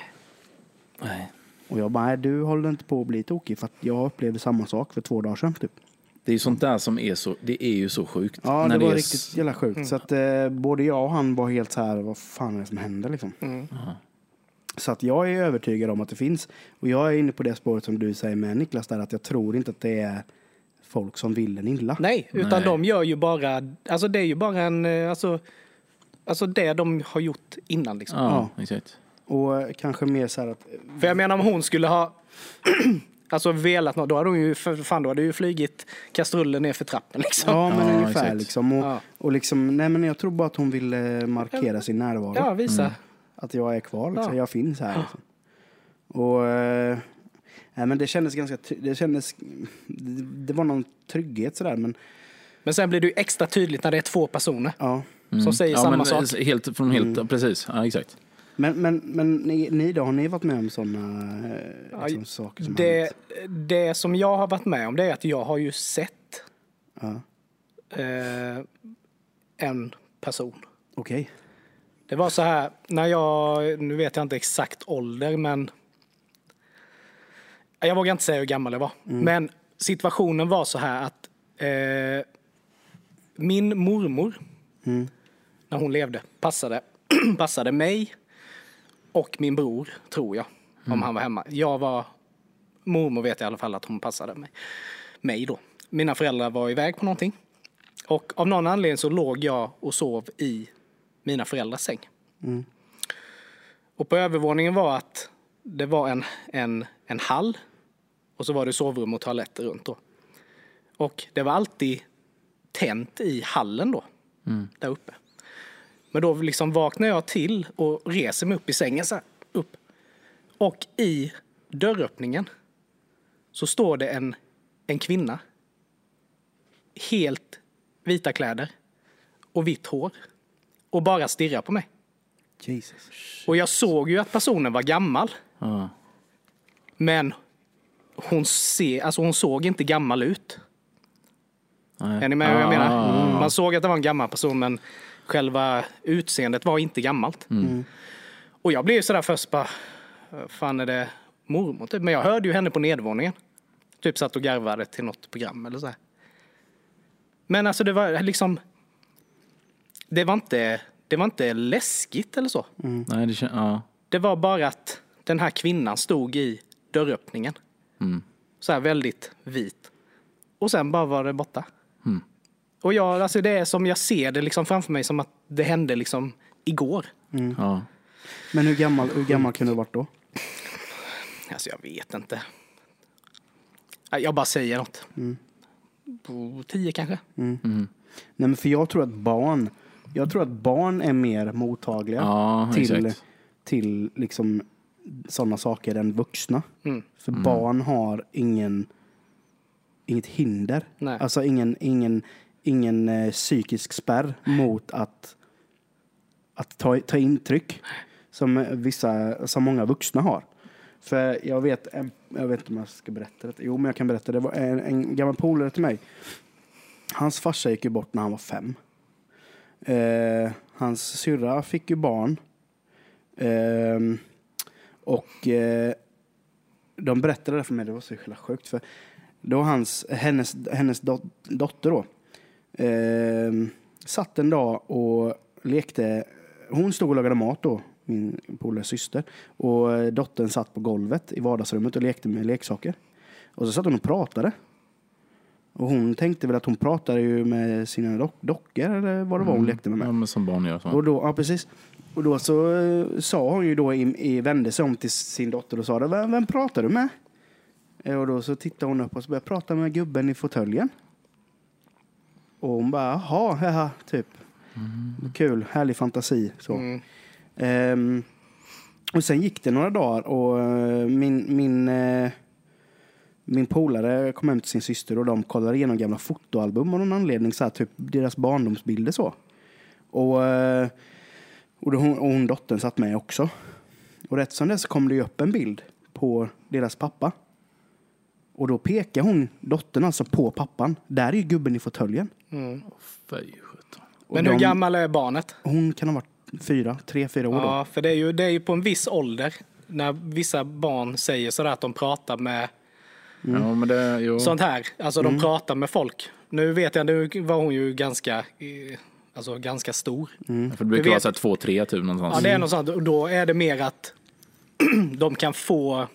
Nej. Och jag bara, nej, du håller inte på att bli tokig. För att jag upplevde samma sak för två dagar sedan typ. Det är ju sånt där som är så, det är ju så sjukt. Ja, när det var det riktigt s- jävla sjukt. Mm. Så att eh, både jag och han var helt så här, vad fan är det som händer liksom. Mm. Så att jag är övertygad om att det finns. Och jag är inne på det spåret som du säger med Niklas där, att jag tror inte att det är folk som vill en illa. Nej, utan Nej. de gör ju bara, alltså det är ju bara en, alltså, alltså det de har gjort innan liksom. Ja, ja. Exakt. Och eh, kanske mer så här att... För jag menar, om hon skulle ha alltså velat något, då hade hon ju, för fan då hade ju flygit kastrullen ner för trappen liksom. Ja, men ja, ungefär exakt. liksom. Och, ja. och liksom, nej men jag tror bara att hon ville markera sin närvaro. Ja, visa. Mm. Att jag är kvar liksom. Ja. Jag finns här liksom. Och eh, nej, men det kändes ganska, det kändes, det, det var någon trygghet sådär, men Men sen blir det ju extra tydligt när det är två personer ja. som mm. säger ja, samma men, sak. Helt, från helt, Mm. precis. Ja, exakt. Men, men, men ni, ni då, har ni varit med om sådana eh, liksom, saker som det, hänt? det som jag har varit med om, det är att jag har ju sett Ja. eh, en person. Okej. Okay. Det var så här, när jag, nu vet jag inte exakt ålder, men jag vågar inte säga hur gammal jag var. Mm. Men situationen var så här att eh, min mormor, mm. när hon levde, passade, passade mig och min bror, tror jag, mm. om han var hemma. Jag var, mormor vet i alla fall att hon passade mig, mig då. Mina föräldrar var iväg på någonting. Och av någon anledning så låg jag och sov i mina föräldrars säng. Mm. Och på övervåningen var att det var en, en, en hall och så var det sovrum och toaletter runt då. Och det var alltid tänt i hallen då, mm. där uppe. Men då liksom vaknar jag till och reser mig upp i sängen så här, upp. Och i dörröppningen så står det en, en kvinna. Helt vita kläder och vitt hår. Och bara stirrar på mig. Jesus. Och jag såg ju att personen var gammal. Ah. Men hon, se, alltså hon såg inte gammal ut. Nej. Är ni med vad jag menar? Mm. Man såg att det var en gammal person, men själva utseendet var inte gammalt. Mm. Och jag blev sådär först bara, fan är det mormor? Typ. Men jag hörde ju henne på nedvåningen. Typ satt och garvade till något program eller så här. Men alltså det var liksom, det var inte, det var inte läskigt eller så. Mm. Nej, det, kän- ja. Det var bara att den här kvinnan stod i dörröppningen. Mm. Så här väldigt vit. Och sen bara var det borta. Mm. Och jag, alltså det är som jag ser det liksom framför mig som att det hände liksom igår. Mm. Ja. Men hur gammal, hur gammal kunde du varit då? Alltså jag vet inte. Jag bara säger något. Mm. På tio kanske. Mm. Mm. Nej, men för jag tror att barn, jag tror att barn är mer mottagliga Ja, till, exakt. till liksom sådana saker än vuxna. Mm. För barn har ingen inget hinder. Nej. Alltså ingen, ingen, ingen eh, psykisk spärr mot att, att ta, ta intryck som vissa, som många vuxna har. För jag vet, jag vet inte om jag ska berätta det. Jo, men jag kan berätta. Det var en, en gammal polare till mig. Hans farsa gick ju bort när han var fem. Eh, hans syrra fick ju barn. Eh, och eh, de berättade det för mig. Det var så jävla sjukt. För då hans, hennes, hennes dot, dotter då. Eh, satt en dag och lekte. Hon stod och lagade mat då. Min polares syster. Och dottern satt på golvet i vardagsrummet och lekte med leksaker. Och så satt hon och pratade. Och hon tänkte väl att hon pratade ju med sina dock- dockor eller vad det var hon Mm. lekte med. med. Ja, men som barn gör så. Och då, ja, precis. Och då så eh, sa hon ju då i, i vände sig om till sin dotter och sa det, vem, vem pratar du med? Eh, Och då så tittade hon upp och så började prata med gubben i fåtöljen. Och hon bara, jaha, haha, typ. Mm. Kul, härlig fantasi. Så. Mm. Ehm, och sen gick det några dagar och eh, min, min, eh, min polare kom hem till sin syster och de kollade igenom gamla fotoalbum av någon anledning, så här, typ deras barndomsbilder så. Och, eh, och, då hon, och hon dottern satt med också. Och rätt som det så kom det ju upp en bild på deras pappa. Och då pekar hon dottern alltså på pappan. Där är ju gubben i fåtöljen. Mm. Fy sjutton. Och Men hur de- gammal är barnet? Hon kan ha varit fyra, tre, fyra år då. Ja, för det är, ju, det är ju på en viss ålder. När vissa barn säger sådär att de pratar med Ja, men det, jo. sånt här. Alltså Mm. de pratar med folk. Nu vet jag, nu var hon ju ganska, eh, alltså ganska stor. Mm. För det brukar Du vara vet- så här två, tre typ någonstans. Ja, det är något sånt. Och då är det mer att de kan få,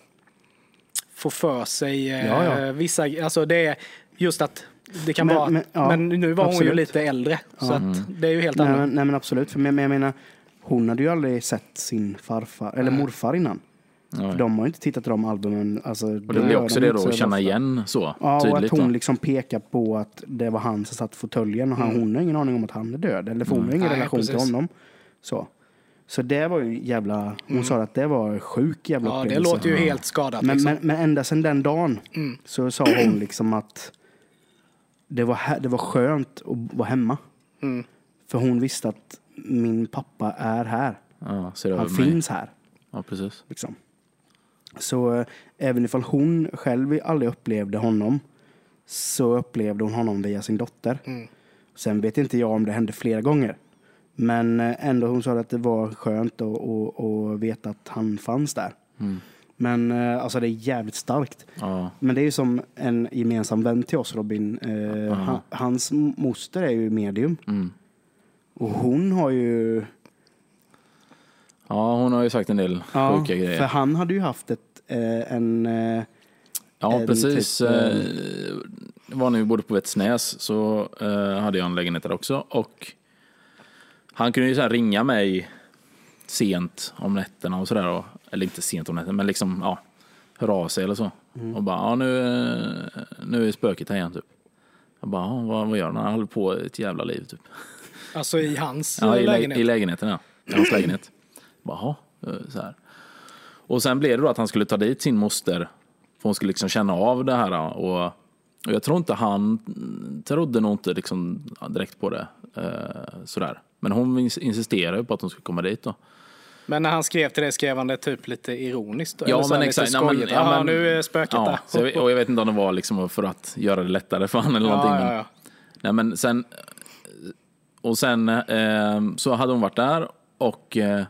få för sig eh, Ja, ja. vissa, alltså det är just att det kan Men- vara, men- ja, men nu var hon ju absolut. lite äldre. Så att det är ju helt Nej, annat. men, nej men absolut. För men, men jag menar, hon hade ju aldrig sett sin farfar eller morfar innan. Ja, För ja. de har ju inte tittat på de albumen. Alltså, Och det blir också det då att känna igen så Ja, och tydligt. att hon då. liksom pekar på att det var han som satt i fåtöljen och han, hon har ingen aning om att han är död. Eller för hon har ingen Nej, relation till precis. honom. Så. Så det var ju jävla... Hon sa att det var sjuk jävla Ja, det upplevelse. låter ju helt skadat. Men, liksom. men, men ända sedan den dagen så sa hon liksom att det var, he- det var skönt att vara hemma. Mm. För hon visste att min pappa är här. Ja, ser över Han mig. finns här. Ja, precis. Liksom. Så eh, även ifall hon själv aldrig upplevde honom så upplevde hon honom via sin dotter. Mm. Sen vet inte jag om det hände flera gånger. Men eh, ändå hon sa att det var skönt att, att, att veta att han fanns där. Mm. Men eh, alltså det är jävligt starkt. Ja. Men det är ju som en gemensam vän till oss, Robin. Eh, han, hans moster är ju medium. Mm. Och hon har ju... ja, hon har ju sagt en del Ja, sjuka grejer. för han hade ju haft ett, eh, en... Eh, Ja, en precis. typ, Eh, eh, Det var när vi bodde på Vätsnäs så eh, hade jag en lägenhet där också. Och han kunde ju så här ringa mig sent om nätterna och sådär. Och, eller inte sent om nätterna, men liksom, ja, hör av sig eller så. Mm. Och bara, ja nu, nu är spöket här igen typ. Jag bara, ja, vad, vad gör han? Han håller på ett jävla liv typ. Alltså i hans ja, i lägenhet? I lägenheten, ja. I hans lägenhet. Bara, så här. Och sen blev det då att han skulle ta dit sin moster. För hon skulle liksom känna av det här. Och, och jag tror inte han trodde nog inte liksom direkt på det. Eh, sådär. Men hon insisterade på att hon skulle komma dit då. Men när han skrev till det skrev han det typ lite ironiskt då? Ja, eller men exakt. Ja, men, ja, men, nu är spöket ja, där. Så jag, och jag vet inte om det var liksom för att göra det lättare för han eller ja, någonting. Ja, men, ja. Nej, men sen... Och sen eh, så hade hon varit där och... Eh,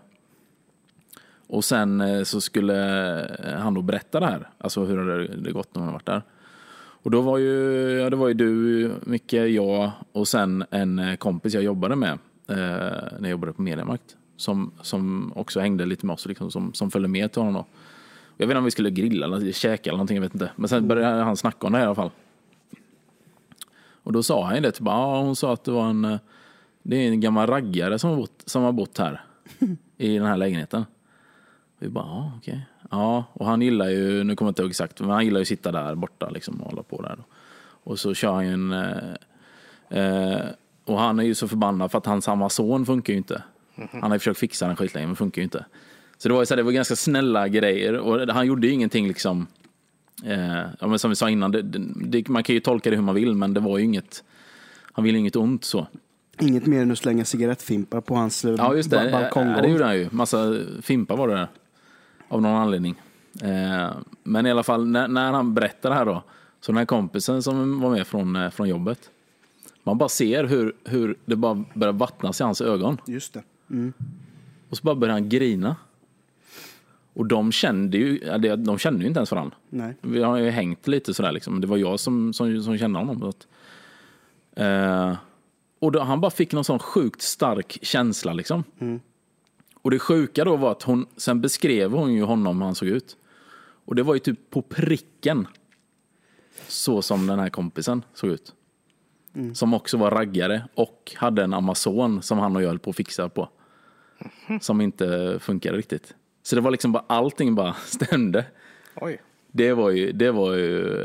och sen eh, så skulle han då berätta det här. Alltså hur det, det gått när hon har varit där. Och då var ju... Ja, det var ju du, Micke, jag och sen en kompis jag jobbade med. Eh, när jag jobbade på Mediamarkt. Som, som också hängde lite med oss, liksom, som, som följde med till honom då. Jag vet inte om vi skulle grilla eller käka eller någonting, jag vet inte. Men sen började han snacka om det här i alla fall. Och då sa han ju det, typ, ja, hon sa att det var en, det är en gammal raggare som har bott, som har bott här i den här lägenheten. Och vi bara, ja, okej. Okay. Ja, och han gillar ju, nu kommer jag inte ihåg exakt, men han gillar ju att sitta där borta liksom, och hålla på där. Då. Och så kör han ju en... Eh, eh, och han är ju så förbannad för att hans Amazon funkar ju inte. Han har ju försökt fixa den skitlänge, men funkar ju inte. Så det var ju så här, det var ganska snälla grejer. Och han gjorde ju ingenting liksom... Eh, ja, men som vi sa innan, det, det, man kan ju tolka det hur man vill, men det var ju inget... Han ville inget ont så. Inget mer än att slänga cigarettfimpar på hans ja, just det. balkongolv. Ja, det gjorde han ju. Massa fimpar var det där. Av någon anledning. Eh, men i alla fall, när, när han berättade det här då, så den här kompisen som var med från, från jobbet, man bara ser hur, hur det bara börjar vattnas i hans ögon. Just det. Mm. Och så bara börjar han grina. Och de kände ju, de kände ju inte ens varandra. Nej. Vi har ju hängt lite sådär liksom. Det var jag som, som, som kände honom. Så att, eh, och då, han bara fick någon sån sjukt stark känsla liksom. Mm. Och det sjuka då var att hon, sen beskrev hon ju honom hur han såg ut. Och det var ju typ på pricken. Så som den här kompisen såg ut. Mm. Som också var raggare och hade en Amazon som han och jag höll på att fixa på. Mm. Som inte funkar riktigt. Så det var liksom bara, allting bara stämde. Oj. Det var ju, det var ju,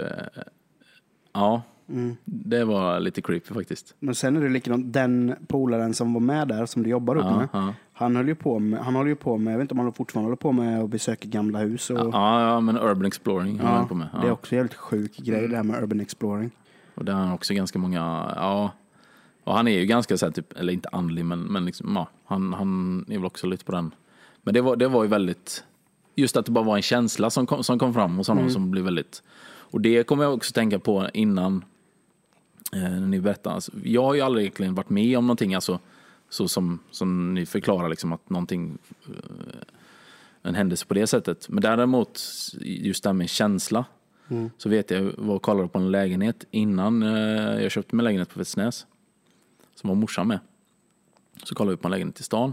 ja, mm. det var lite creepy faktiskt. Men sen är det likadant, den polaren som var med där, som du jobbar upp ja, med, ja. han höll ju på med, han håller ju på med, jag vet inte om han fortfarande håller på med att besöka gamla hus. Och, ja, ja, men urban exploring ja, på med. Ja. Det är också en jävligt sjuk grej mm. det här med urban exploring. Och där har han också ganska många, ja, och han är ju ganska så här, typ, eller inte andlig, men, men liksom, ja, han, han är väl också lite på den. Men det var, det var ju väldigt, just att det bara var en känsla som kom, som kom fram hos honom mm. som blev väldigt, och det kommer jag också tänka på innan eh, när ni berättar. Alltså, jag har ju aldrig egentligen varit med om någonting, alltså, så som, som ni förklarar liksom, att någonting, eh, en händelse på det sättet. Men däremot, just det här med känsla, mm. så vet jag, jag var och kollade på en lägenhet innan eh, jag köpte min lägenhet på Västerås, som var morsan med. Så kollade vi på en lägenhet i stan.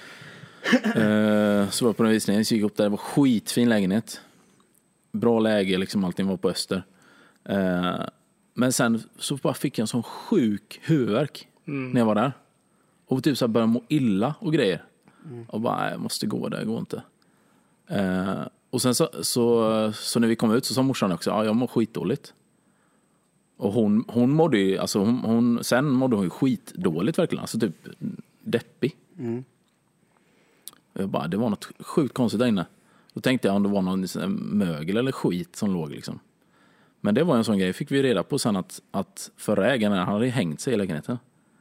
Uh, så var jag på den visningen, så gick upp där, det var skitfin lägenhet, bra läge liksom, allting var på öster. Uh, men sen så bara fick jag en sån sjuk huvudvärk mm. när jag var där, och typ så här började må illa och grejer mm. och bara, nej, jag måste gå där, det går inte. Uh, och sen så, så, så när vi kom ut så sa morsan också, ja, jag mår skitdåligt. Och hon, hon mådde ju, alltså hon, hon, sen mådde hon ju skitdåligt verkligen, alltså typ deppig. Mm. Jag bara, det var något sjukt konstigt där inne. Då tänkte jag om det var någon mögel eller skit som låg liksom. Men det var en sån grej, fick vi reda på sen att, att förra ägaren, han hade hängt sig i lägenheten.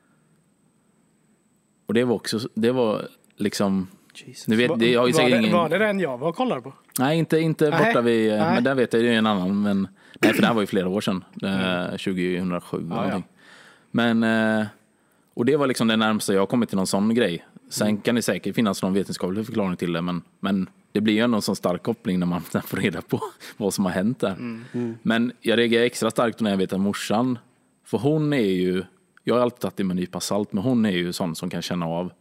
Och det var också, det var liksom, nu vet, det, jag har ju var, säkert det, ingen... var det den jag var och kollade på? Nej, inte, inte nej, borta vid, nej. Men där vet jag, det är en annan, men nej, för det här var ju flera år sedan, mm. tjugohundrasju eller ja, någonting. Ja. Men, och det var liksom det närmaste jag har kommit till någon sån grej. Sen mm. kan det säkert finnas någon vetenskaplig förklaring till det, men, men det blir ju ändå en sån stark koppling när man får reda på vad som har hänt där. Mm. Mm. Men jag reagerar extra starkt när jag vet att morsan, för hon är ju, jag har alltid tagit det med en nypa salt, men hon är ju sån som kan känna av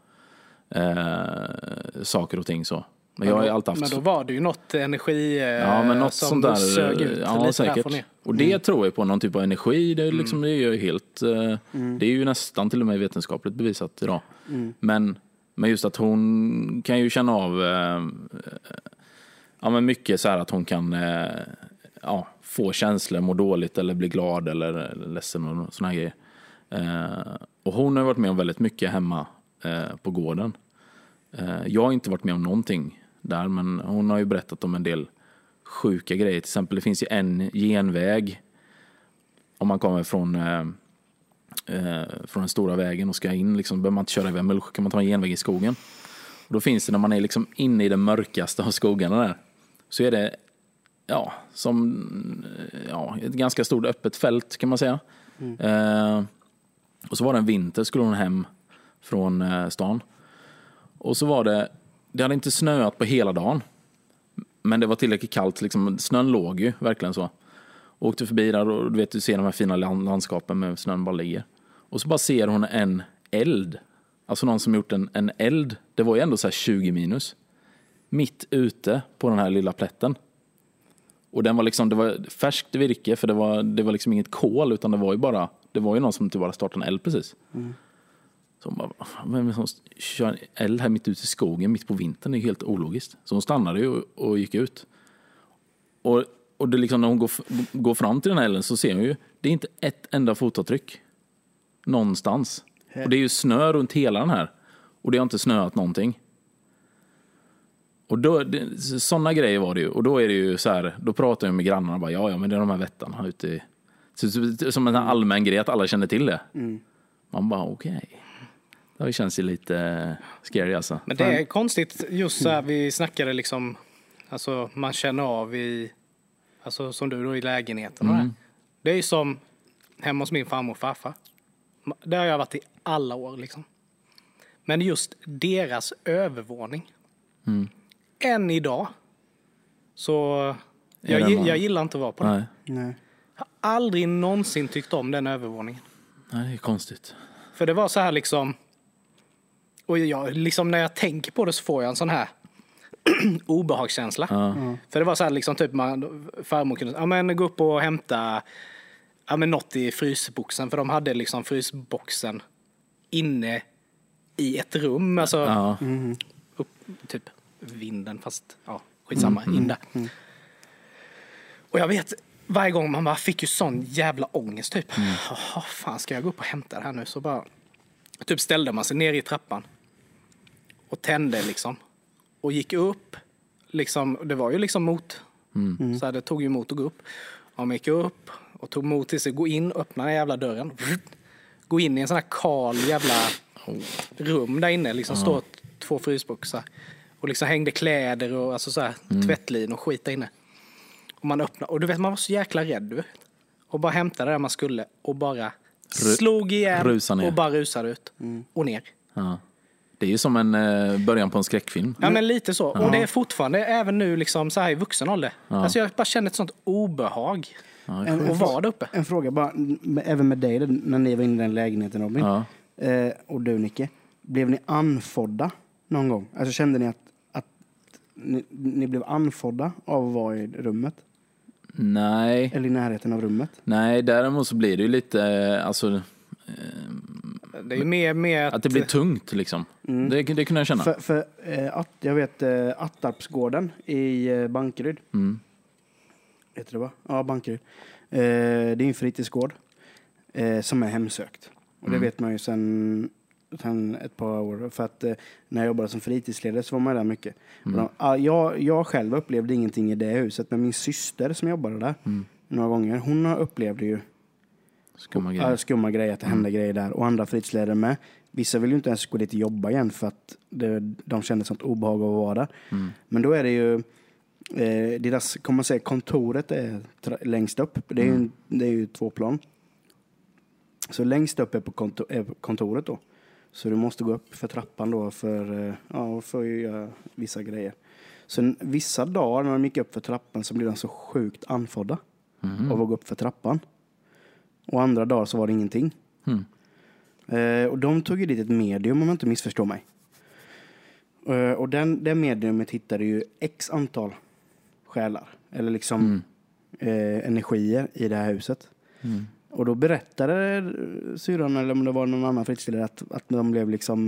eh, saker och ting så. Men, men, jag då, har alltid haft men så. då var det ju något energi eh, ja, men något som sånt där, sög ut ja, lite säkert. därifrån ner. Och det mm. tror jag på, någon typ av energi, det är, liksom, mm. det är ju helt, eh, mm. det är ju nästan till och med vetenskapligt bevisat idag. Mm. Men Men just att hon kan ju känna av eh, ja, men mycket så här att hon kan eh, ja, få känslor, må dåligt eller bli glad eller, eller ledsen och såna här grejer. Eh, och hon har varit med om väldigt mycket hemma eh, på gården. Eh, jag har inte varit med om någonting där, men hon har ju berättat om en del sjuka grejer. Till exempel det finns ju en genväg om man kommer från eh, eh, från den stora vägen och ska in, liksom, behöver man inte köra över, men kan man ta en genväg i skogen. Och då finns det, när man är liksom inne i den mörkaste av skogarna där, så är det ja, som ja, ett ganska stort öppet fält kan man säga. Mm. Eh, och så var det en vinter, skulle hon hem från eh, stan. Och så var det, det hade inte snöat på hela dagen. Men det var tillräckligt kallt, liksom, snön låg ju verkligen så. Åkte förbi där och du vet, du ser de här fina landskapen med snön bara ligger. Och så bara ser hon en eld. Alltså någon som gjort en, en eld. Det var ju ändå så här tjugo minus. Mitt ute på den här lilla plätten. Och den var liksom, det var färskt virke, för det var, det var liksom inget kol, utan det var ju bara, det var ju någon som inte bara startade en eld precis. Mm. Så hon bara, vem är som kör en eld här mitt ute i skogen, mitt på vintern? Det är helt ologiskt. Så hon stannade ju och, och gick ut. Och, och det liksom, när hon går, går fram till den här elden så ser hon ju, det är inte ett enda fotavtryck någonstans. He. Och det är ju snö runt hela den här. Och det har inte snöat någonting. Och då, det, sådana grejer var det ju. Och då är det ju så här, då pratar jag med grannarna och bara, ja, ja, men det är de här vättarna ute i, så, som en allmän grej att alla känner till det. Mm. Man bara, okej. Okay. Det känns ju lite scary alltså. Men det är konstigt just så här, vi snackade liksom, alltså man känner av i, alltså som du då i lägenheten. Mm. Det är ju som hemma hos min farmor och farfar. Det har jag varit i alla år liksom. Men just deras övervåning. Mm. Än idag. Så jag, jag gillar inte att vara på det. Nej. Nej. Jag har aldrig någonsin tyckt om den övervåningen. Nej, det är konstigt. För det var så här liksom, och jag, liksom när jag tänker på det så får jag en sån här obehagskänsla. Ja. Mm. För det var så här liksom typ man, farmor kunde, ja men gå upp och hämta, ja men något i frysboxen. För de hade liksom frysboxen inne i ett rum. Alltså ja. Mm. upp, typ vinden, fast ja, skitsamma, mm. in där. Mm. Och jag vet, varje gång man bara fick ju sån jävla ångest typ. Mm. Oh, fan, ska jag gå upp och hämta det här nu? Så bara typ ställde man sig ner i trappan och tände liksom. Och gick upp. Liksom, det var ju liksom mot. Mm. Så här, det tog ju emot att gå upp. Och man gick upp och tog emot till sig. Gå in, öppna den jävla dörren. Gå in i en sån här kal jävla rum där inne. Liksom mm. står två frysboxar. Och liksom hängde kläder och alltså så här, mm. tvättlin och skit där inne. Och man öppnade. Och du vet, man var så jäkla rädd. Du vet. Och bara hämtade det man skulle. Och bara slog igen och bara rusade ut. Mm. Och ner. Ja. Det är ju som en eh, början på en skräckfilm. Ja, men lite så. Ja. Och det är fortfarande, även nu liksom så här i vuxen ålder. Ja. Alltså jag bara känner ett sånt obehag. Ja, en, och var där uppe. En fråga bara, även med dig när ni var inne i den lägenheten, Robin. Ja. Eh, och du, Nicke. Blev ni anfodda någon gång? Alltså kände ni att, att ni, ni blev anfodda av att vara i rummet? Nej. Eller i närheten av rummet? Nej, däremot så blir det ju lite, alltså... Eh, det är mer, mer att... att det blir tungt liksom. Mm. Det, det kunde jag känna. För, för eh, att, jag vet eh, Attarpsgården i eh, Bankeryd. Mm. Heter det va? Ja, Bankeryd. Eh, det är en fritidsgård eh, som är hemsökt. Och mm. det vet man ju sen, sen ett par år. För att eh, när jag jobbade som fritidsledare så var man där mycket. Mm. De, ah, jag, jag själv upplevde ingenting i det huset. Men min syster som jobbade där mm. några gånger, hon upplevde ju Skumma grejer. Skumma grejer, att det hände mm. grejer där. Och andra fritidsledare med. Vissa vill ju inte ens gå dit och jobba igen för att det, de kände sånt obehag av att vara där. Mm. Men då är det ju eh, deras, kan man säga, kontoret är tra- längst upp. Det är, mm. ju, det är ju två plan. Så längst upp är på kontor, är kontoret då. Så du måste gå upp för trappan då för, eh, ja, för att göra vissa grejer. Så vissa dagar när de gick upp för trappan så blev de så sjukt anfodda mm. av att gå upp för trappan. Och andra dagar så var det ingenting. Mm. Eh, och de tog ju dit ett medium, om jag inte missförstår mig. Eh, och den, det mediumet hittade ju x antal själar. Eller liksom mm. eh, energier i det här huset. Mm. Och då berättade syrran, eller om det var någon annan fritidsledare, att, att de blev liksom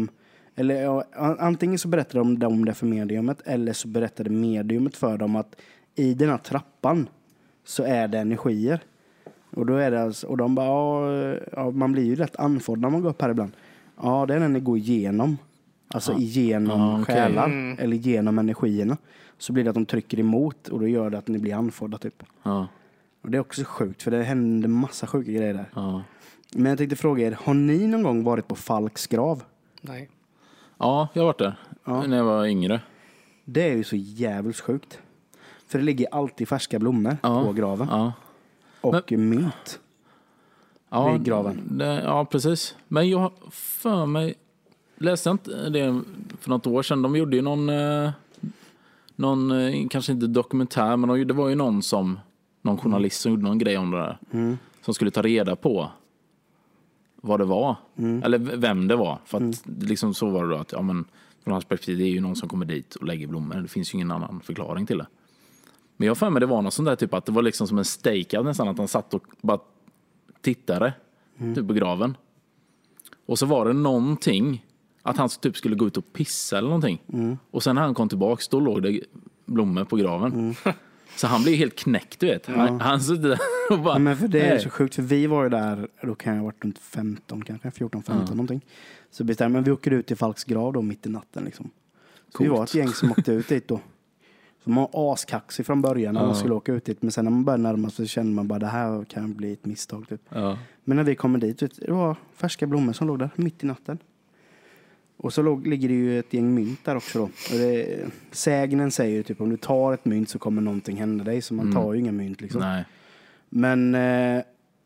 Eller ja, antingen så berättar de, de det för mediumet, eller så berättade mediumet för dem att i den här trappan så är det energier. Och då är det alltså, och de bara, ja, ja, man blir ju rätt andfådd när man går upp här ibland. Ja, det är när ni går igenom. Alltså ja. igenom ja, okay. själar, mm. eller genom energierna. Så blir det att de trycker emot, och då gör det att ni blir andfådda typ. Ja. Och det är också sjukt, för det händer massa sjuka grejer där. Ja. Men jag tänkte fråga er, har ni någon gång varit på Falks grav? Nej. Ja, jag har varit där. Ja. När jag var yngre. Det är ju så jävligt sjukt. För det ligger alltid färska blommor ja. på graven. Ja. Och Men, mynt. Ja, vid graven. Det, ja, precis. Men jag har för mig... Läste jag inte det för något år sedan. De gjorde ju någon... Eh, någon eh, kanske inte dokumentär, men de, det var ju någon som... Någon journalist som gjorde någon grej om det där. Mm. Som skulle ta reda på vad det var. Mm. Eller vem det var. För att mm. liksom så var det då att, ja men, från hans perspektiv, det är ju någon som kommer dit och lägger blommor. Det finns ju ingen annan förklaring till det. Men jag för mig det var något sånt där typ att det var liksom som en stakeout nästan, att han satt och bara tittade mm. typ på graven. Och så var det någonting att han typ skulle gå ut och pissa eller någonting. Mm. Och sen när han kom tillbaka, då låg det blommor på graven. Mm. Så han blev helt knäckt, du vet. Ja. Han, han så där och bara... Ja, men för det är så sjukt, för vi var ju där, då kan jag ha varit runt femton kanske, fjorton femton ja. någonting. Så bestämde men vi åker ut till Falks grav då mitt i natten liksom. Så Coolt. Vi var ett gäng som åkte ut dit då. Så man var askaxig från början när ja. man skulle åka ut dit. Men sen när man började närma sig så kände man bara, det här kan bli ett misstag typ. Ja. Men när vi kommer dit, vet, det var färska blommor som låg där mitt i natten. Och så låg, ligger det ju ett gäng mynt där också då. Och det, sägnen säger ju typ, om du tar ett mynt så kommer någonting hända dig. Så man mm. tar ju inga mynt liksom. Nej. Men eh,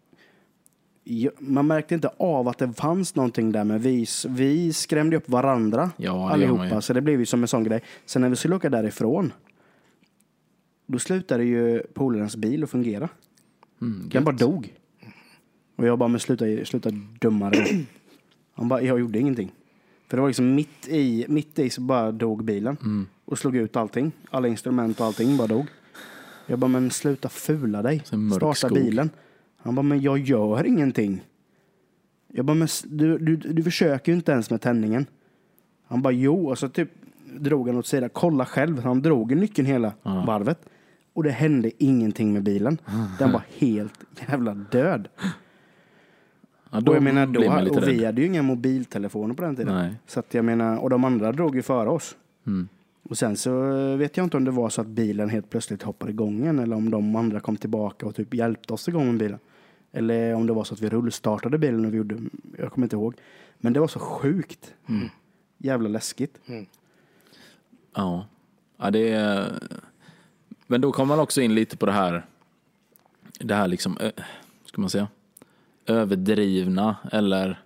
man märkte inte av att det fanns någonting där. Men vi, vi skrämde upp varandra ja, allihopa. Så det blev ju som en sån grej. Sen när vi skulle åka därifrån, då slutade ju polarens bil att fungera. Mm, Den bara dog. Och jag bara, men sluta, sluta dummare. Han bara, jag gjorde ingenting. För det var liksom mitt i, mitt i så bara dog bilen. Mm. Och slog ut allting. Alla instrument och allting bara dog. Jag bara, men sluta fula dig. Starta skog. bilen. Han bara, men jag gör ingenting. Jag bara, men du, du, du försöker ju inte ens med tändningen. Han bara, jo. Och så typ drog han åt sidan. Kolla själv. Han drog i nyckeln hela ah. varvet. Och det hände ingenting med bilen. Den var helt jävla död. Ja, och jag menar då, och vi rädd. hade ju inga mobiltelefoner på den tiden. Nej. Så att jag menar, och de andra drog ju före oss. Mm. Och sen så vet jag inte om det var så att bilen helt plötsligt hoppade igång igen, eller om de andra kom tillbaka och typ hjälpte oss igång med bilen. Eller om det var så att vi rullstartade bilen och vi gjorde, jag kommer inte ihåg. Men det var så sjukt. Mm. Jävla läskigt. Mm. Ja. Ja, det är... Men då kommer man också in lite på det här, det här liksom, ska man säga, överdrivna, eller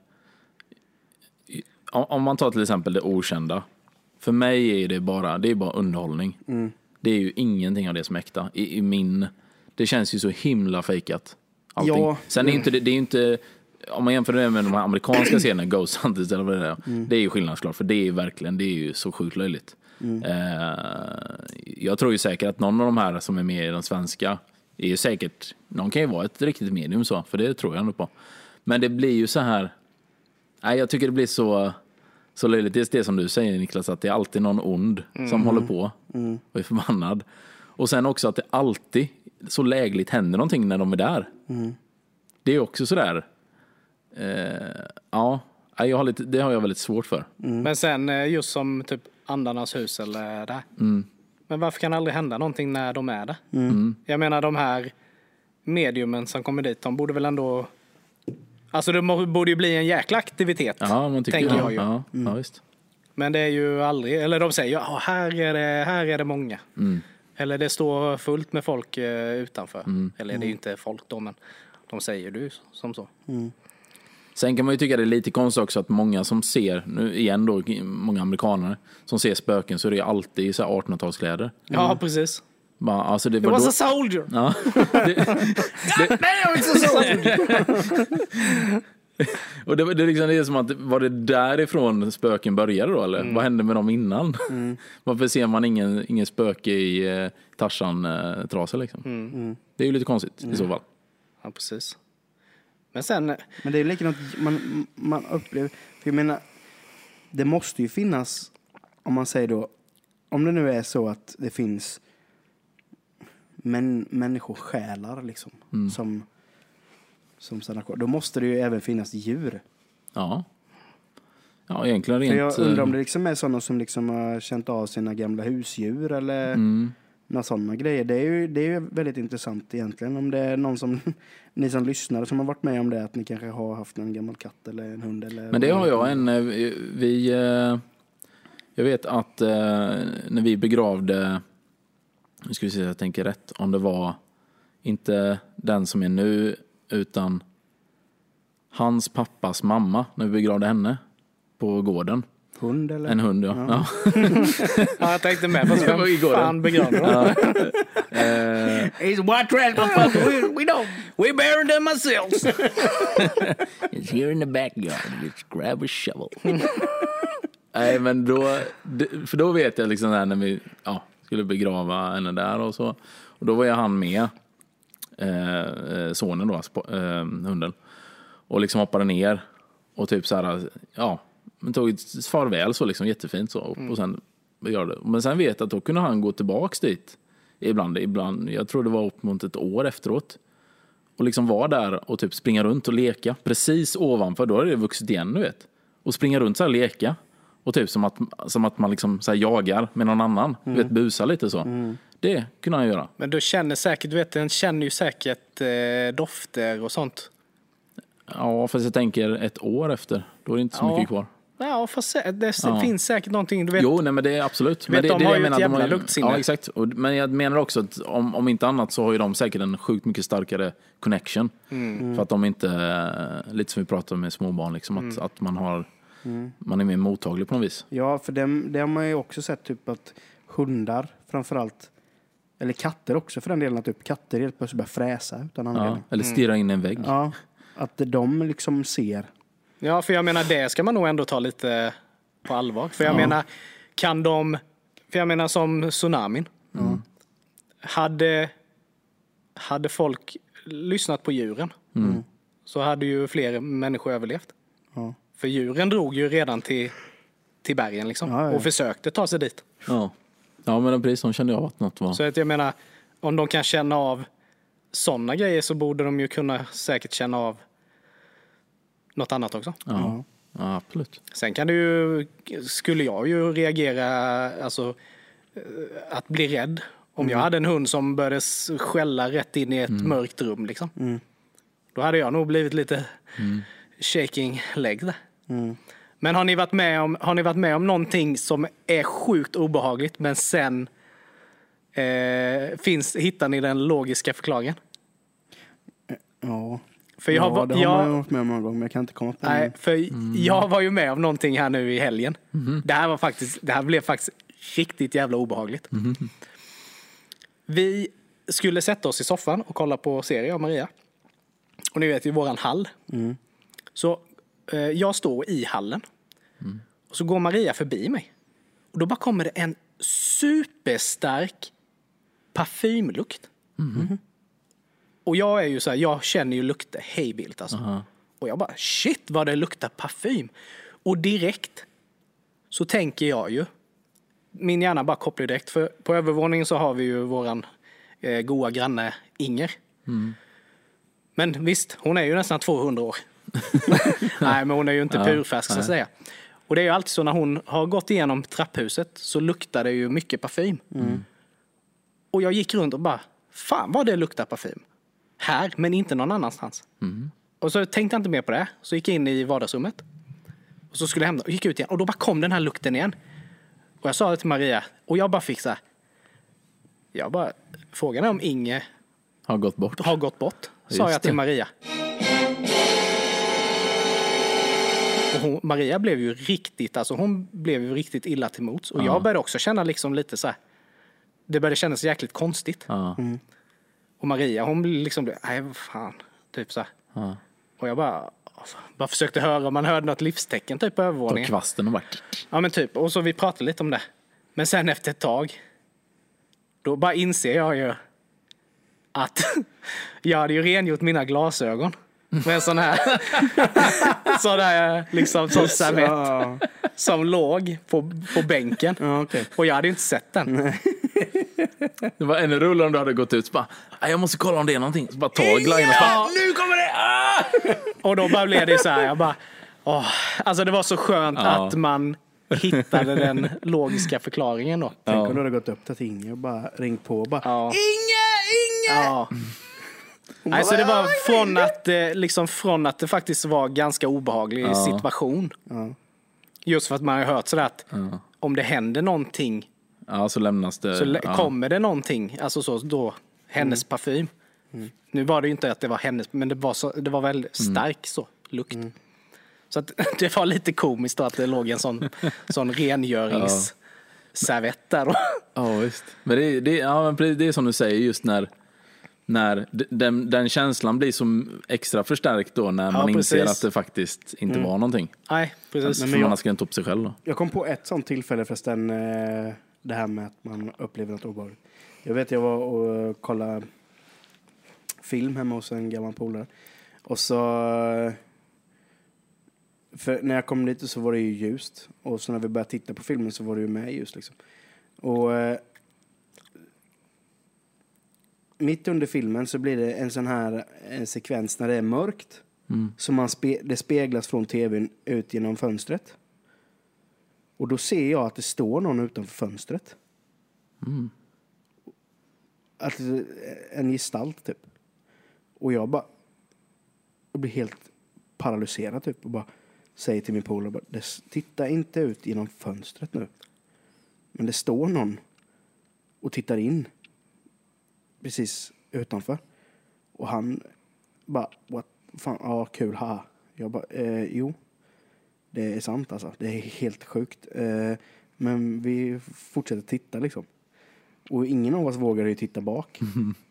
om man tar till exempel det okända. För mig är det bara, det är bara underhållning. Mm. Det är ju ingenting av det som är äkta. I, i min, det känns ju så himla fejkat. Allting. Ja. Sen är inte det, det är ju inte, om man jämför det med de här amerikanska scenerna, Ghost Hunters eller vad det är. Mm. Det är ju skillnadsklart, för det är ju verkligen, det är ju så sjukt löjligt. Mm. Eh, jag tror ju säkert att någon av de här som är med i den svenska är ju säkert, någon kan ju vara ett riktigt medium så, för det tror jag ändå på. Men det blir ju så här, nej, jag tycker det blir så så löjligt. Det är det som du säger, Niklas, att det är alltid någon ond mm. som håller på mm. och är förbannad. Och sen också att det alltid så lägligt händer någonting när de är där. Mm. Det är också sådär eh, ja, jag har lite, det har jag väldigt svårt för. Mm. Men sen just som typ Andarnas hus eller där. Mm. Men varför kan det aldrig hända någonting när de är där? Mm. Jag menar, de här mediumen som kommer dit, de borde väl ändå... Alltså det borde ju bli en jäkla aktivitet. Ja, man tycker tänker jag, jag ju. Ja, mm. ja, visst. Men det är ju aldrig... Eller de säger, ja, här är det, här är det många. Mm. Eller det står fullt med folk uh, utanför. Mm. Eller det är ju inte folk då, men de säger du som så. Mm. Sen kan man ju tycka det är lite konstigt också att många som ser, nu igen då, många amerikaner som ser spöken, så är det alltid så här artonhundratalskläder. Mm. Ja, precis. Bara, alltså det var It was då... a soldier! Ja. det, det... Nej, it's a soldier! Och det, det, är liksom, det är som att, var det därifrån spöken började då, eller? Mm. Vad hände med dem innan? Mm. Varför ser man ingen, ingen spöke i eh, Tarzan-trasor liksom? Mm. Mm. Det är ju lite konstigt mm. i så fall. Ja, precis. Men sen... Men det är likadant man, man upplever... För jag menar, det måste ju finnas, om man säger då, om det nu är så att det finns män, människosjälar liksom, mm. som, som stannar kvar, då måste det ju även finnas djur. Ja. Ja, egentligen rent... För jag undrar om det liksom är sådana som liksom har känt av sina gamla husdjur eller mm. några sådana grejer. Det är ju, det är ju väldigt intressant egentligen. Om det är någon som, ni som lyssnar som har varit med om det, att ni kanske har haft en gammal katt eller en hund. Eller Men det har jag. En, vi, jag vet att när vi begravde, nu ska vi se, jag tänker rätt, om det var inte den som är nu, utan hans pappas mamma, när vi begravde henne på gården. Hund eller? En hund, ja. Ja. Ja, jag tänkte med. Fast vem fan begravde dem? He's white trash, we, we don't. We buried them ourselves. It's here in the backyard. Let's grab a shovel. Nej, men då... För då vet jag liksom när vi ja, skulle begrava henne där och så. Och då var jag han med. Eh, sonen då, eh, hunden. Och liksom hoppade ner. Och typ så här, ja... Men tog ett farväl så liksom jättefint så och, mm. och sen gör det. Men sen vet jag att då kunde han gå tillbaks dit ibland ibland. Jag tror det var upp mot ett år efteråt. Och liksom vara där och typ springa runt och leka precis ovanför, då är det vuxit igen, du vet. Och springa runt så här och leka och typ som att som att man liksom så här jagar med någon annan, mm. du vet, busa lite så. Mm. Det kunde han göra. Men du känner säkert, du vet, den känner ju säkert eh, dofter och sånt. Ja, fast jag tänker ett år efter, då är det inte så ja. mycket kvar. Ja, fast det ja. finns säkert någonting, du vet. Jo, nej, men det är absolut. Men vet, det, de det har ju menar, ett jävla de har, luktsinne. Ja, exakt. Och, men jag menar också att om, om inte annat så har ju de säkert en sjukt mycket starkare connection. Mm. För att de inte, lite som vi pratar med småbarn, liksom, mm. att, att man har mm. man är mer mottaglig på något vis. Ja, för det, det har man ju också sett typ att hundar framförallt, eller katter också för den delen, att typ katter helt plötsligt börjar fräsa utan anledning. Ja, eller stirra in i en vägg. Ja, att de liksom ser. Ja, för jag menar, det ska man nog ändå ta lite på allvar. För jag ja. menar, kan de... För jag menar som tsunamin. Mm. Hade, hade folk lyssnat på djuren mm. så hade ju fler människor överlevt. Ja. För djuren drog ju redan till, till bergen liksom. Ja, ja. Och försökte ta sig dit. Ja, ja men precis, de kände av att något var... Så att jag menar, om de kan känna av sådana grejer så borde de ju kunna säkert känna av något annat också. Ja. Ja, absolut. Sen kan det ju, skulle jag ju reagera, alltså att bli rädd om mm. jag hade en hund som började skälla rätt in i ett mm. mörkt rum liksom. Mm. Då hade jag nog blivit lite mm. shaking leg där. Mm. Men har ni varit med om har ni varit med om någonting som är sjukt obehagligt men sen eh, finns hittar ni den logiska förklaringen? Ja. För jag, ja, det har jag, man varit med många gånger, men jag kan inte komma på nej, för mm. jag var ju med om någonting här nu i helgen. Mm. Det här var faktiskt, det här blev faktiskt riktigt jävla obehagligt. Mm. Vi skulle sätta oss i soffan och kolla på serie av Maria. Och ni vet ju våran hall. Mm. Så eh, jag står i hallen. Mm. Och så går Maria förbi mig. Och då bara kommer det en superstark parfymlukt. Mm. Och jag är ju så här, jag känner ju lukter hejvilt alltså. Uh-huh. Och jag bara, shit vad det luktar parfym. Och direkt så tänker jag ju, min hjärna bara kopplar direkt. För på övervåningen så har vi ju våran eh, goa granne Inger. Mm. Men visst, hon är ju nästan tvåhundra år. Nej, men hon är ju inte ja, purfärsk så att säga. Och det är ju alltid så när hon har gått igenom trapphuset så luktar det ju mycket parfym. Mm. Och jag gick runt och bara, fan vad det luktar parfym. Här, men inte någon annanstans. Mm. Och så tänkte jag inte mer på det. Så gick jag in i vardagsrummet. Och så skulle jag hämta och gick ut igen. Och då bara kom den här lukten igen. Och jag sa det till Maria. Och jag bara fick så här. Jag bara, frågan är om Inge har gått bort. Har gått bort, sa jag till Maria. Och hon, Maria blev ju riktigt, alltså hon blev ju riktigt illa till mots. Och ja. jag började också känna liksom lite så här. Det började kännas jäkligt konstigt. Ja. Mm. Och Maria, hon liksom blev, nej vad fan, typ så här. Ja. Och jag bara, bara försökte höra om man hörde något livstecken typ på övervåningen. På kvasten och bara. Ja men typ, och så vi pratade lite om det. Men sen efter ett tag, då bara inser jag ju att jag hade ju rengjort mina glasögon. med en sån här sån där liksom som servett Ja, som låg på, på bänken. ja okej. Och jag hade inte sett den. Det var en rulle om du hade gått ut så bara, "Nej, jag måste kolla om det är någonting." Så bara ta glinen och så bara, nu kommer det! Ah! Och då bara blev det så här, jag bara, åh. Alltså det var så skönt Ja. att man hittade den logiska förklaringen då. Tänk om du hade gått upp till Inge och bara ringt på och bara Ja. Inge, Inge! Ja. Nej, så det var från att, eh, liksom från att det faktiskt var ganska obehaglig Ja. situation. Ja. Just för att man har hört sådär att Ja. om det händer någonting Ja, så lämnas det. så lä- ja. kommer det någonting, alltså så då hennes parfym. Nu var det ju inte att det var hennes, men det var, så, det var väldigt stark så, lukt. Så att det var lite komiskt då att det låg en sån, sån rengöringsservett där då. Ja, visst. Men det, det, ja, men precis, det är som du säger, just när, när d- den, den känslan blir som extra förstärkt då när man inser precis. att det faktiskt inte var någonting. Nej, precis. Men För jag- man har skrämt upp sig själv då. Jag kom på ett sånt tillfälle förresten, eh, det här med att man upplever något obehagligt. Jag vet, jag var och kollade film hemma hos en gammal polare. Och så, för när jag kom dit så var det ju ljust. Och så när vi började titta på filmen så var det ju med ljus liksom. Och eh, mitt under filmen så blir det en sån här en sekvens när det är mörkt. Mm. Så man spe, det speglas från tvn ut genom fönstret. Och då ser jag att det står någon utanför fönstret. Mm. Att, en gestalt typ. Och jag bara jag blir helt paralyserad typ. Och bara säger till min polare bara, "Det- titta inte ut genom fönstret nu. Men det står någon och tittar in precis utanför. Och han bara, what fan, ja kul, ha. Jag bara, eh, jo. Det är sant alltså. Det är helt sjukt. Eh, men vi fortsätter titta liksom. Och ingen av oss vågade ju titta bak.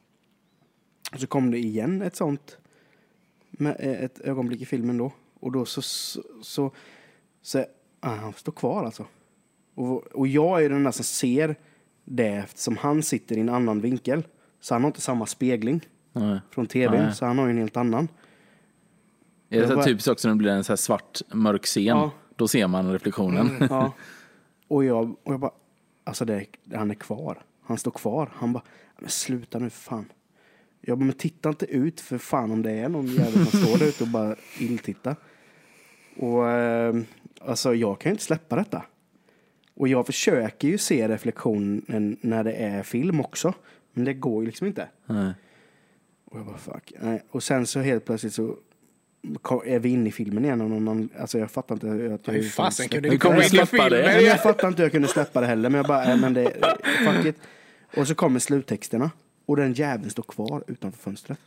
Och så kom det igen ett sånt med ett ögonblick i filmen då. Och då så så, så, så ah, han står kvar alltså. Och, och jag är den där som ser det eftersom han sitter i en annan vinkel. Så han har inte samma spegling Nej. från tvn. Nej. Så han har ju en helt annan. Är det Jag så bara- här typiskt också när det blir en så här svart, mörk scen? Ja. Då ser man reflektionen. Ja. Och jag, och jag bara, alltså det, han är kvar. Han står kvar. Han bara, men sluta nu för fan. Jag bara, men titta inte ut för fan om det är någon jävel som står där ute och bara illtitta. Och eh, alltså jag kan ju inte släppa detta. Och jag försöker ju se reflektionen när det är film också. Men det går ju liksom inte. Nej. Och jag bara, fuck. Nej. Och sen så helt plötsligt så kom- är vi inne i filmen igen. Och någon, alltså jag fattar inte att jag... Hur fasen kunde Hur du kommer komma du in i släppa det? Nej, men filmen? jag fattar inte hur jag kunde släppa det heller. Men jag bara, äh, men det fuck it. Och så kommer sluttexterna. Och den jäveln står kvar utanför fönstret.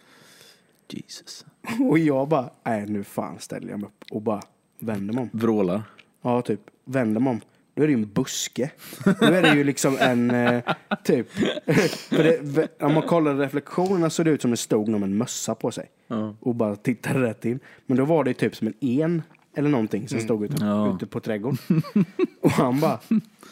Jesus. Och jag bara, nej nu fan ställer jag mig upp. Och bara vänder mig om. Vrålar. Ja, typ. Vänder mig om. Då är det ju en buske. Nu är det ju liksom en, eh, typ. För det, om man kollar reflektionerna så är det ut som det stod någon med en mössa på sig. Ja. Och bara tittade rätt in. Men då var det typ som en en eller någonting som stod ute, Ja. ute på trädgården. Och han bara,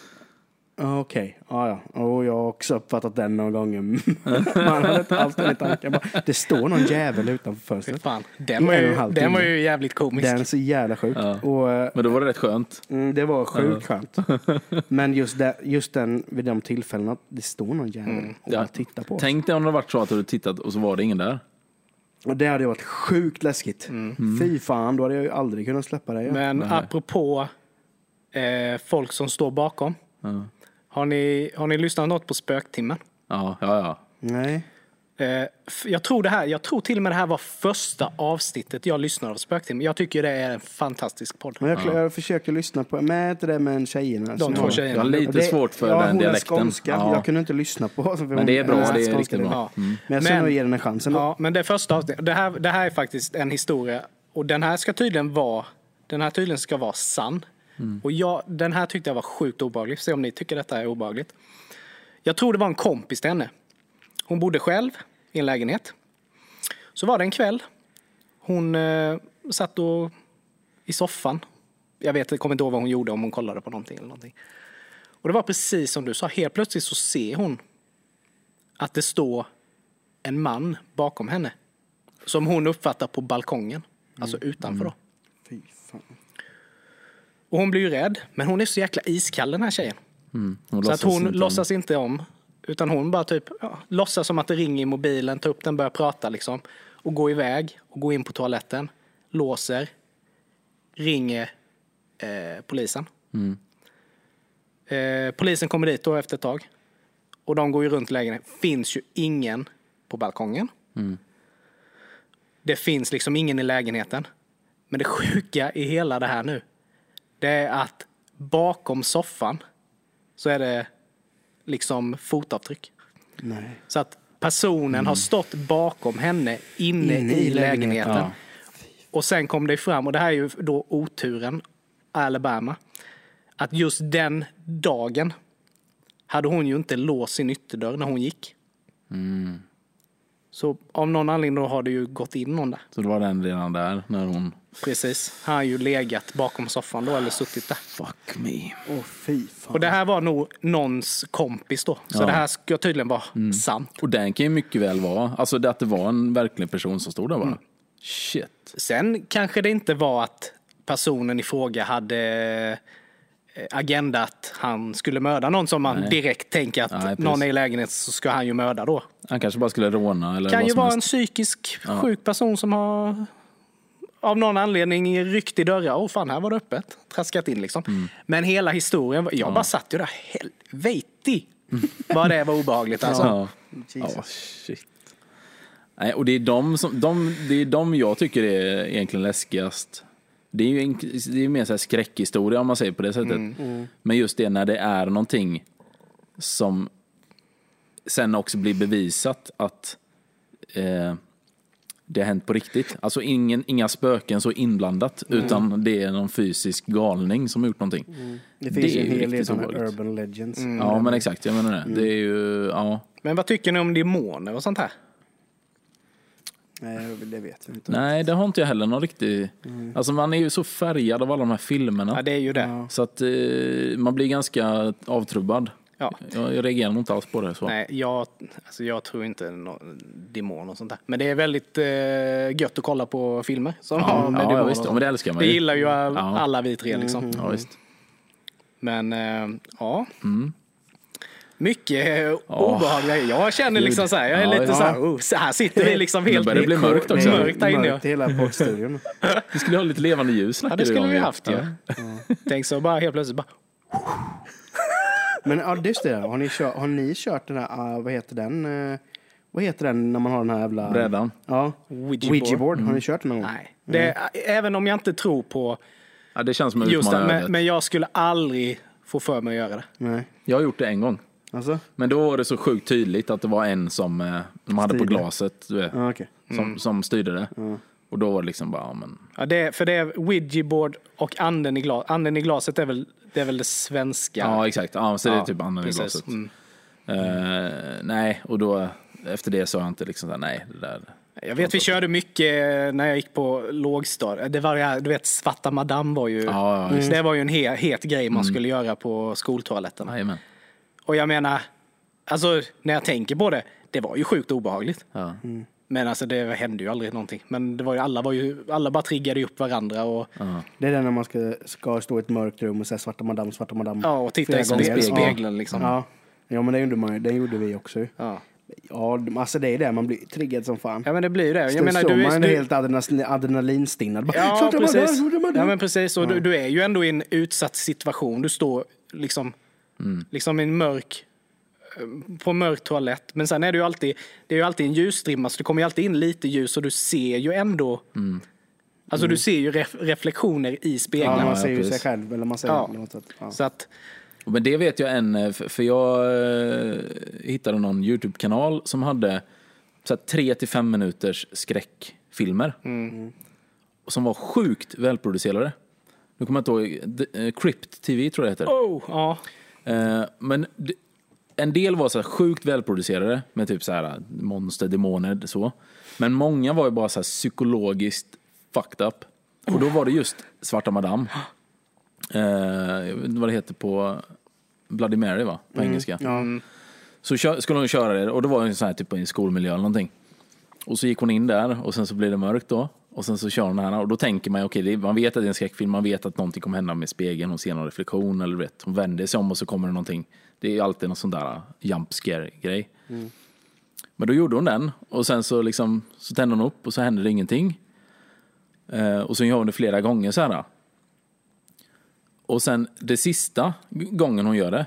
ah, okej, okay. ah, ja. Och jag har också uppfattat den någon gång. Man hade inte alls den i tanken. Bara, det står någon jävel utanför fönstret. Fan, den I var en och en ju, halv den var timme. ju jävligt komisk. Den är så jävla sjuk. Ja. Och, eh, Men då var det rätt skönt. Mm, det var sjukt skönt. Men just, där, just den, vid de tillfällena, det står någon jävel och Ja. bara tittar på oss. Tänk dig om det hade varit så att du hade tittat och så var det ingen där. Och det hade ju varit sjukt läskigt. Fy fan, då hade jag ju aldrig kunnat släppa det. Men Nej. apropå eh, folk som står bakom. Ja, Har ni, har ni lyssnat något på Spöktimmen? ja, ja. ja. Nej. Eh, f- jag, tror det här, jag tror till och med det här var första avsnittet jag lyssnade på Spöktimmen. Jag tycker det är en fantastisk podd. Men jag, jag försöker lyssna på, med inte det med en tjejerna. De som två har- tjejerna. Jag har lite Och det- svårt för ja, den hon är dialekten. skånska. Ja. Jag kunde inte lyssna på. För Men det är bra, hon det är skånska riktigt bra. Ja. Men jag ska Men- nog ge den en chans ändå. Ja, men det första avsnittet, det här, det här är faktiskt en historia. Och den här ska tydligen vara, den här tydligen ska vara sann. Och jag, den här tyckte jag var sjukt obehaglig. Se om ni tycker detta är obehagligt. Jag tror det var en kompis till henne. Hon bodde själv i en lägenhet. Så var det en kväll. Hon eh, satt då i soffan. Jag vet, jag kommer inte ihåg vad hon gjorde, om hon kollade på någonting eller någonting. Och det var precis som du sa. Helt plötsligt så ser hon att det står en man bakom henne. som hon uppfattar på balkongen. Alltså utanför då. Fy fan. Och hon blir ju rädd. Men hon är så jäkla iskall den här tjejen. Mm. Hon Så att hon inte låtsas inte om. Utan hon bara typ ja, låtsas som att det ringer i mobilen. Tar upp den, börjar prata liksom. Och går iväg. Och går in på toaletten. Låser. Ringer eh, polisen. Mm. Eh, polisen kommer dit då efter ett tag. Och de går ju runt lägenheten. Finns ju ingen på balkongen. Mm. Det finns liksom ingen i lägenheten. Men det sjuka i hela det här nu. Det är att bakom soffan så är det liksom fotavtryck. Nej. Så att personen mm. har stått bakom henne inne, inne i, i lägenheten. lägenheten. Ja. Och sen kom det fram, och det här är ju då oturen, Alabama. Att just den dagen hade hon ju inte låst sin ytterdörr när hon gick. Mm. Så av någon anledning då har det ju gått in någon där. Så det var den redan där när hon... Precis. Han har ju legat bakom soffan då, eller suttit där. Fuck me. Åh, fy fan. Och det här var nog någons kompis då. Så Ja. det här ska tydligen vara Mm. sant. Och den kan ju mycket väl vara. Alltså det att det var en verklig person som stod där bara. Mm. Shit. Sen kanske det inte var att personen i fråga hade agenda att han skulle mörda någon som man Nej. direkt tänker att Nej, precis. någon är i lägenhet så ska han ju mörda då. Han kanske bara skulle råna eller Det kan vad ju som vara en helst. psykisk Ja. sjuk person som har av någon anledning ryckt i dörrar. Åh fan, här var det öppet. Traskat in liksom. Mm. Men hela historien, jag Ja. bara satt ju där, helvete vad det var obehagligt alltså. Ja. Jesus. Ja, shit. Nej, och det är de som de, det är de jag tycker är egentligen läskigast. Det är ju en, det är mer så här skräckhistoria om man säger på det sättet. Mm. Mm. Men just det när det är någonting som sen också blir bevisat att eh, det har hänt på riktigt. Alltså ingen, inga spöken så inblandat Mm. utan det är någon fysisk galning som har gjort någonting. Det Det finns ju är en ju hel del riktigt sådana obehagligt. urban legends. Ja, men exakt, jag menar det. Det är ju, ja. Men vad tycker ni om demoner och sånt här? Nej, det vet jag inte. Nej, det har inte jag heller någon riktig... Alltså man är ju så färgad av alla de här filmerna. Ja, det är ju det. Ja. Så att eh, man blir ganska avtrubbad. Ja. Jag, jag reagerar nog inte alls på det. Så. Nej, jag, alltså jag tror inte någon demon och sånt där. Men det är väldigt eh, gött att kolla på filmer som har Ja, med ja, demoner visst. och Ja, sånt. men det älskar man Det ju. gillar ju Ja. alla vi tre liksom. Ja, visst. Men eh, ja. Mm. Mycket eh, obehagliga. Jag känner liksom så här, jag är Ja, lite ja. så här, oh, så här sitter vi liksom helt börjar det bli mörkt också. mörkt här inne. Mörkt i hela poddstudion. Vi skulle ha lite levande ljus. Ja, snackade det vi skulle om vi ju. haft ju. Ja. Tänk så bara helt plötsligt bara, Men ja, just det. Har ni kört, har ni kört den här, uh, vad heter den? Uh, vad heter den när man har den här jävla... Brädan. Ja. Ouija Ouija board. board. Har ni kört den någon gång? nej. Det, även om jag inte tror på Ja, det känns som en just det, utmaning. men, men jag skulle aldrig få för mig att göra det. Nej. Jag har gjort det en gång. Alltså? Men då var det så sjukt tydligt att det var en som eh, de hade på Styrde. glaset, du vet, Ja, okej. som, som styrde det. Och då var det liksom bara, ja, men... Ja, det, för det är Ouija board och anden i, glas, anden i glaset är väl det, är väl det svenska. Ja, exakt. Ja, så det är Ja, typ anden i precis. glaset. Mm. Eh, nej, och då efter det sa jag inte liksom så här, nej, det där. Jag vet vi körde mycket när jag gick på lågstadiet. Det var det här, du vet, Svarta Madame var ju, Ja, ja, just det var ju en he, het grej man skulle göra på skoltoaletten. Jajamän. Och jag menar, alltså när jag tänker på det, det var ju sjukt obehagligt. Ja. Men alltså det hände ju aldrig någonting. Men det var ju, alla var ju, alla bara triggade upp varandra och, Ja. Det är den när man ska, ska stå i ett mörkt rum och säga svarta madam, svarta madam. ja, och titta Flera i spe, gånger. spegeln liksom. Ja. Ja, men det gjorde, man, det gjorde vi också. Ja. Ja, alltså det är det. Man blir triggad som fan. Ja, men det blir ju det. Så Jag menar, står du man är är du, helt adrenalin, adrenalinstinnad. Bara, ja, svarta madam, precis. svarta madam. Ja, men precis. Och du, du är ju ändå i en utsatt situation. Du står liksom, liksom i en mörk, på en mörk toalett. Men sen är det ju alltid, det är ju alltid en ljusstrimma, så det kommer ju alltid in lite ljus och du ser ju ändå, alltså du ser ju ref, reflektioner i Ja, speglarna. man ser ju precis. sig själv. Eller man ser Ja. något sätt. Ja. Så att, Men det vet jag en, för för jag eh, hittade någon YouTube-kanal som hade så här, tre till fem minuters skräckfilmer. Och som var sjukt välproducerade. Nu kommer jag inte ihåg, The- eh, Crypt T V tror jag det heter. oh, ja. Eh, men d- en del var så här sjukt välproducerade med typ så här monster, demoner så. Men många var ju bara så här psykologiskt fucked up. Och då var det just Svarta Madame. Eh, jag vet inte vad det heter på Bloody Mary va? På engelska. Ja. Så kö- skulle hon köra det och det var en sån här typ i en skolmiljö eller någonting. Och så gick hon in där och sen så blev det mörkt då. Och sen så kör hon här och då tänker man okej, okay, man vet att det är en skräckfilm, man vet att någonting kommer hända med spegeln, hon ser någon reflektion eller vet, hon vänder sig om och så kommer det någonting. Det är ju alltid någon sån där jump scare grej. Mm. Men då gjorde hon den och sen så liksom så tände hon upp och så hände det ingenting. Eh, och så gör hon det flera gånger så här. Och sen det sista gången hon gör det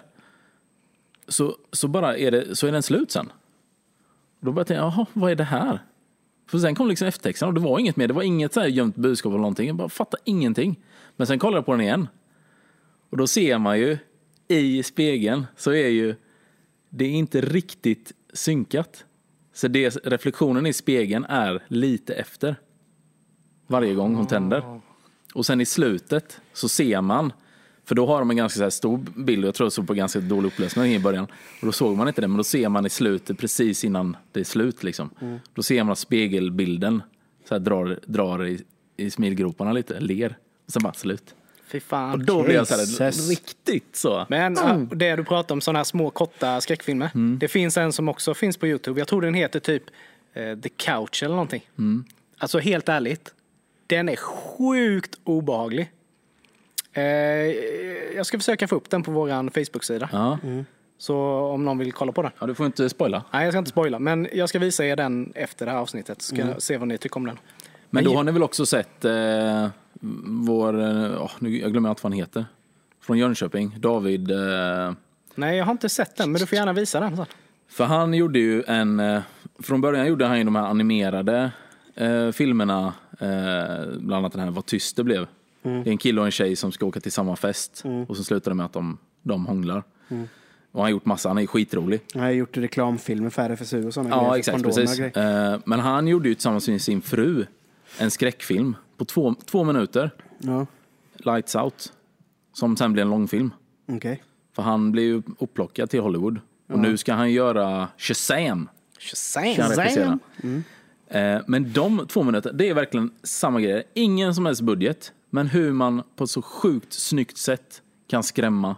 så, så bara är det så är den slut sen. Och då började jag tänka, jaha, vad är det här? För sen kom liksom eftertexten och det var inget mer. Det var inget så här gömt budskap eller någonting. Jag bara fattade ingenting. Men sen kollar jag på den igen. Och då ser man ju i spegeln så är ju det är inte riktigt synkat. Så det, reflektionen i spegeln är lite efter. Varje gång hon tänder. Och sen i slutet så ser man. För då har de en ganska så här stor bild. Jag tror det såg på ganska dålig upplösning i början. Och då såg man inte det. Men då ser man i slutet precis innan det är slut liksom. Mm. Då ser man att spegelbilden så här drar, drar i, i smilgroparna lite. Ler. Och sen bara slut. Fy fan. Och då blir jag så här riktigt så. Men mm. det du pratar om, sådana här små korta skräckfilmer. Mm. Det finns en som också finns på YouTube. Jag tror den heter typ uh, The Couch eller någonting. Mm. Alltså helt ärligt. Den är sjukt obehaglig. Uh, jag ska försöka få upp den på våran Facebook-sida. Ja. Mm. Så om någon vill kolla på den. Ja, du får inte spoila. Nej, jag ska inte spoila. Men jag ska visa er den efter det här avsnittet. Ska mm. se vad ni tycker om den. Men, men då har ni väl också sett... Uh... vår, oh, nu, jag glömmer inte vad han heter, från Jönköping, David. Eh... Nej, jag har inte sett den, men du får gärna visa den. Så. För han gjorde ju en, eh, från början gjorde han ju de här animerade eh, filmerna, eh, bland annat den här Vad tyst det blev. Mm. Det är en kille och en tjej som ska åka till samma fest mm. och så slutar det med att de, de hånglar. Mm. Och han har gjort massa, han är skitrolig. Han har gjort reklamfilmer för R F S U och sådana ja, grejer. Exakt, precis. Eh, men han gjorde ju tillsammans med sin fru en skräckfilm på två, två minuter. Ja. Lights Out. Som sen blir en långfilm. Okay. För han blev ju upplockad till Hollywood. Och ja. nu ska han göra Shazam. Shazam. Shazam. Mm. Eh, men de två minuter, det är verkligen samma grej. Ingen som helst budget. Men hur man på ett så sjukt snyggt sätt kan skrämma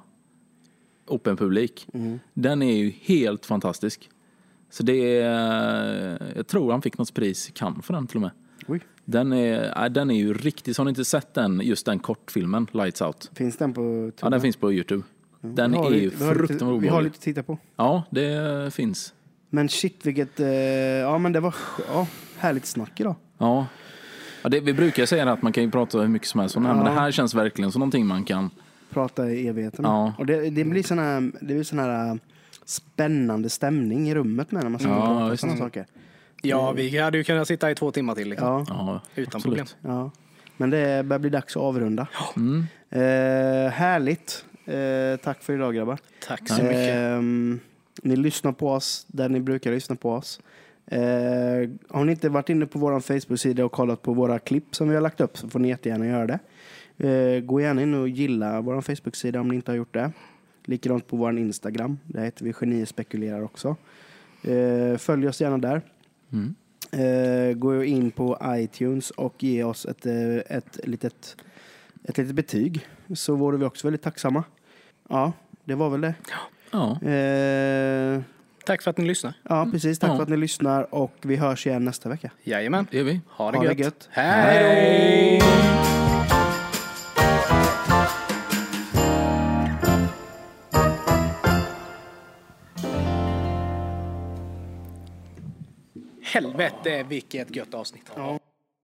upp en publik. Mm. Den är ju helt fantastisk. Så det är, jag tror han fick något pris i Cannes för den till och med. Oj. Den är, den är ju riktigt, så har ni inte sett den, just den kortfilmen, Lights Out? Finns den på YouTube? Ja, den finns på YouTube. Den är ju fruktansvärt obehaglig. Vi har lite att titta på. Ja, det finns. Men shit, vilket, eh, ja men det var ja, härligt snack idag. Ja, ja det, vi brukar säga att man kan ju prata hur mycket som helst om det här, ja. Men det här känns verkligen som någonting man kan... Prata i evigheten. Ja. Och det, det blir sån här, det blir sån här spännande stämning i rummet med när man ska ja, prata om sådana saker. Ja, vi hade ju kunnat sitta i två timmar till. Liksom. Ja. Ja, utan absolut. problem. Ja. Men det börjar bli dags att avrunda. Mm. Eh, härligt. Eh, tack för idag, grabbar. Tack så mycket. Eh, ni lyssnar på oss där ni brukar lyssna på oss. Eh, har ni inte varit inne på vår Facebook-sida och kollat på våra klipp som vi har lagt upp, så får ni jättegärna göra det. Eh, gå gärna in och gilla vår Facebook-sida om ni inte har gjort det. Likadant på vår Instagram. Där heter vi Genier spekulerar också. Eh, följ oss gärna där. Mm. Uh, gå in på iTunes och ge oss ett, ett, ett, litet, ett litet betyg, så vore vi också väldigt tacksamma. Ja, det var väl det. Ja. Uh, tack för att ni lyssnar. Ja, precis. Tack ja. för att ni lyssnar, och vi hörs igen nästa vecka. Jajamän. Det gör vi. Ha det ha gött. Det gött. Hej! Helvete, vilket gött avsnitt. Ja.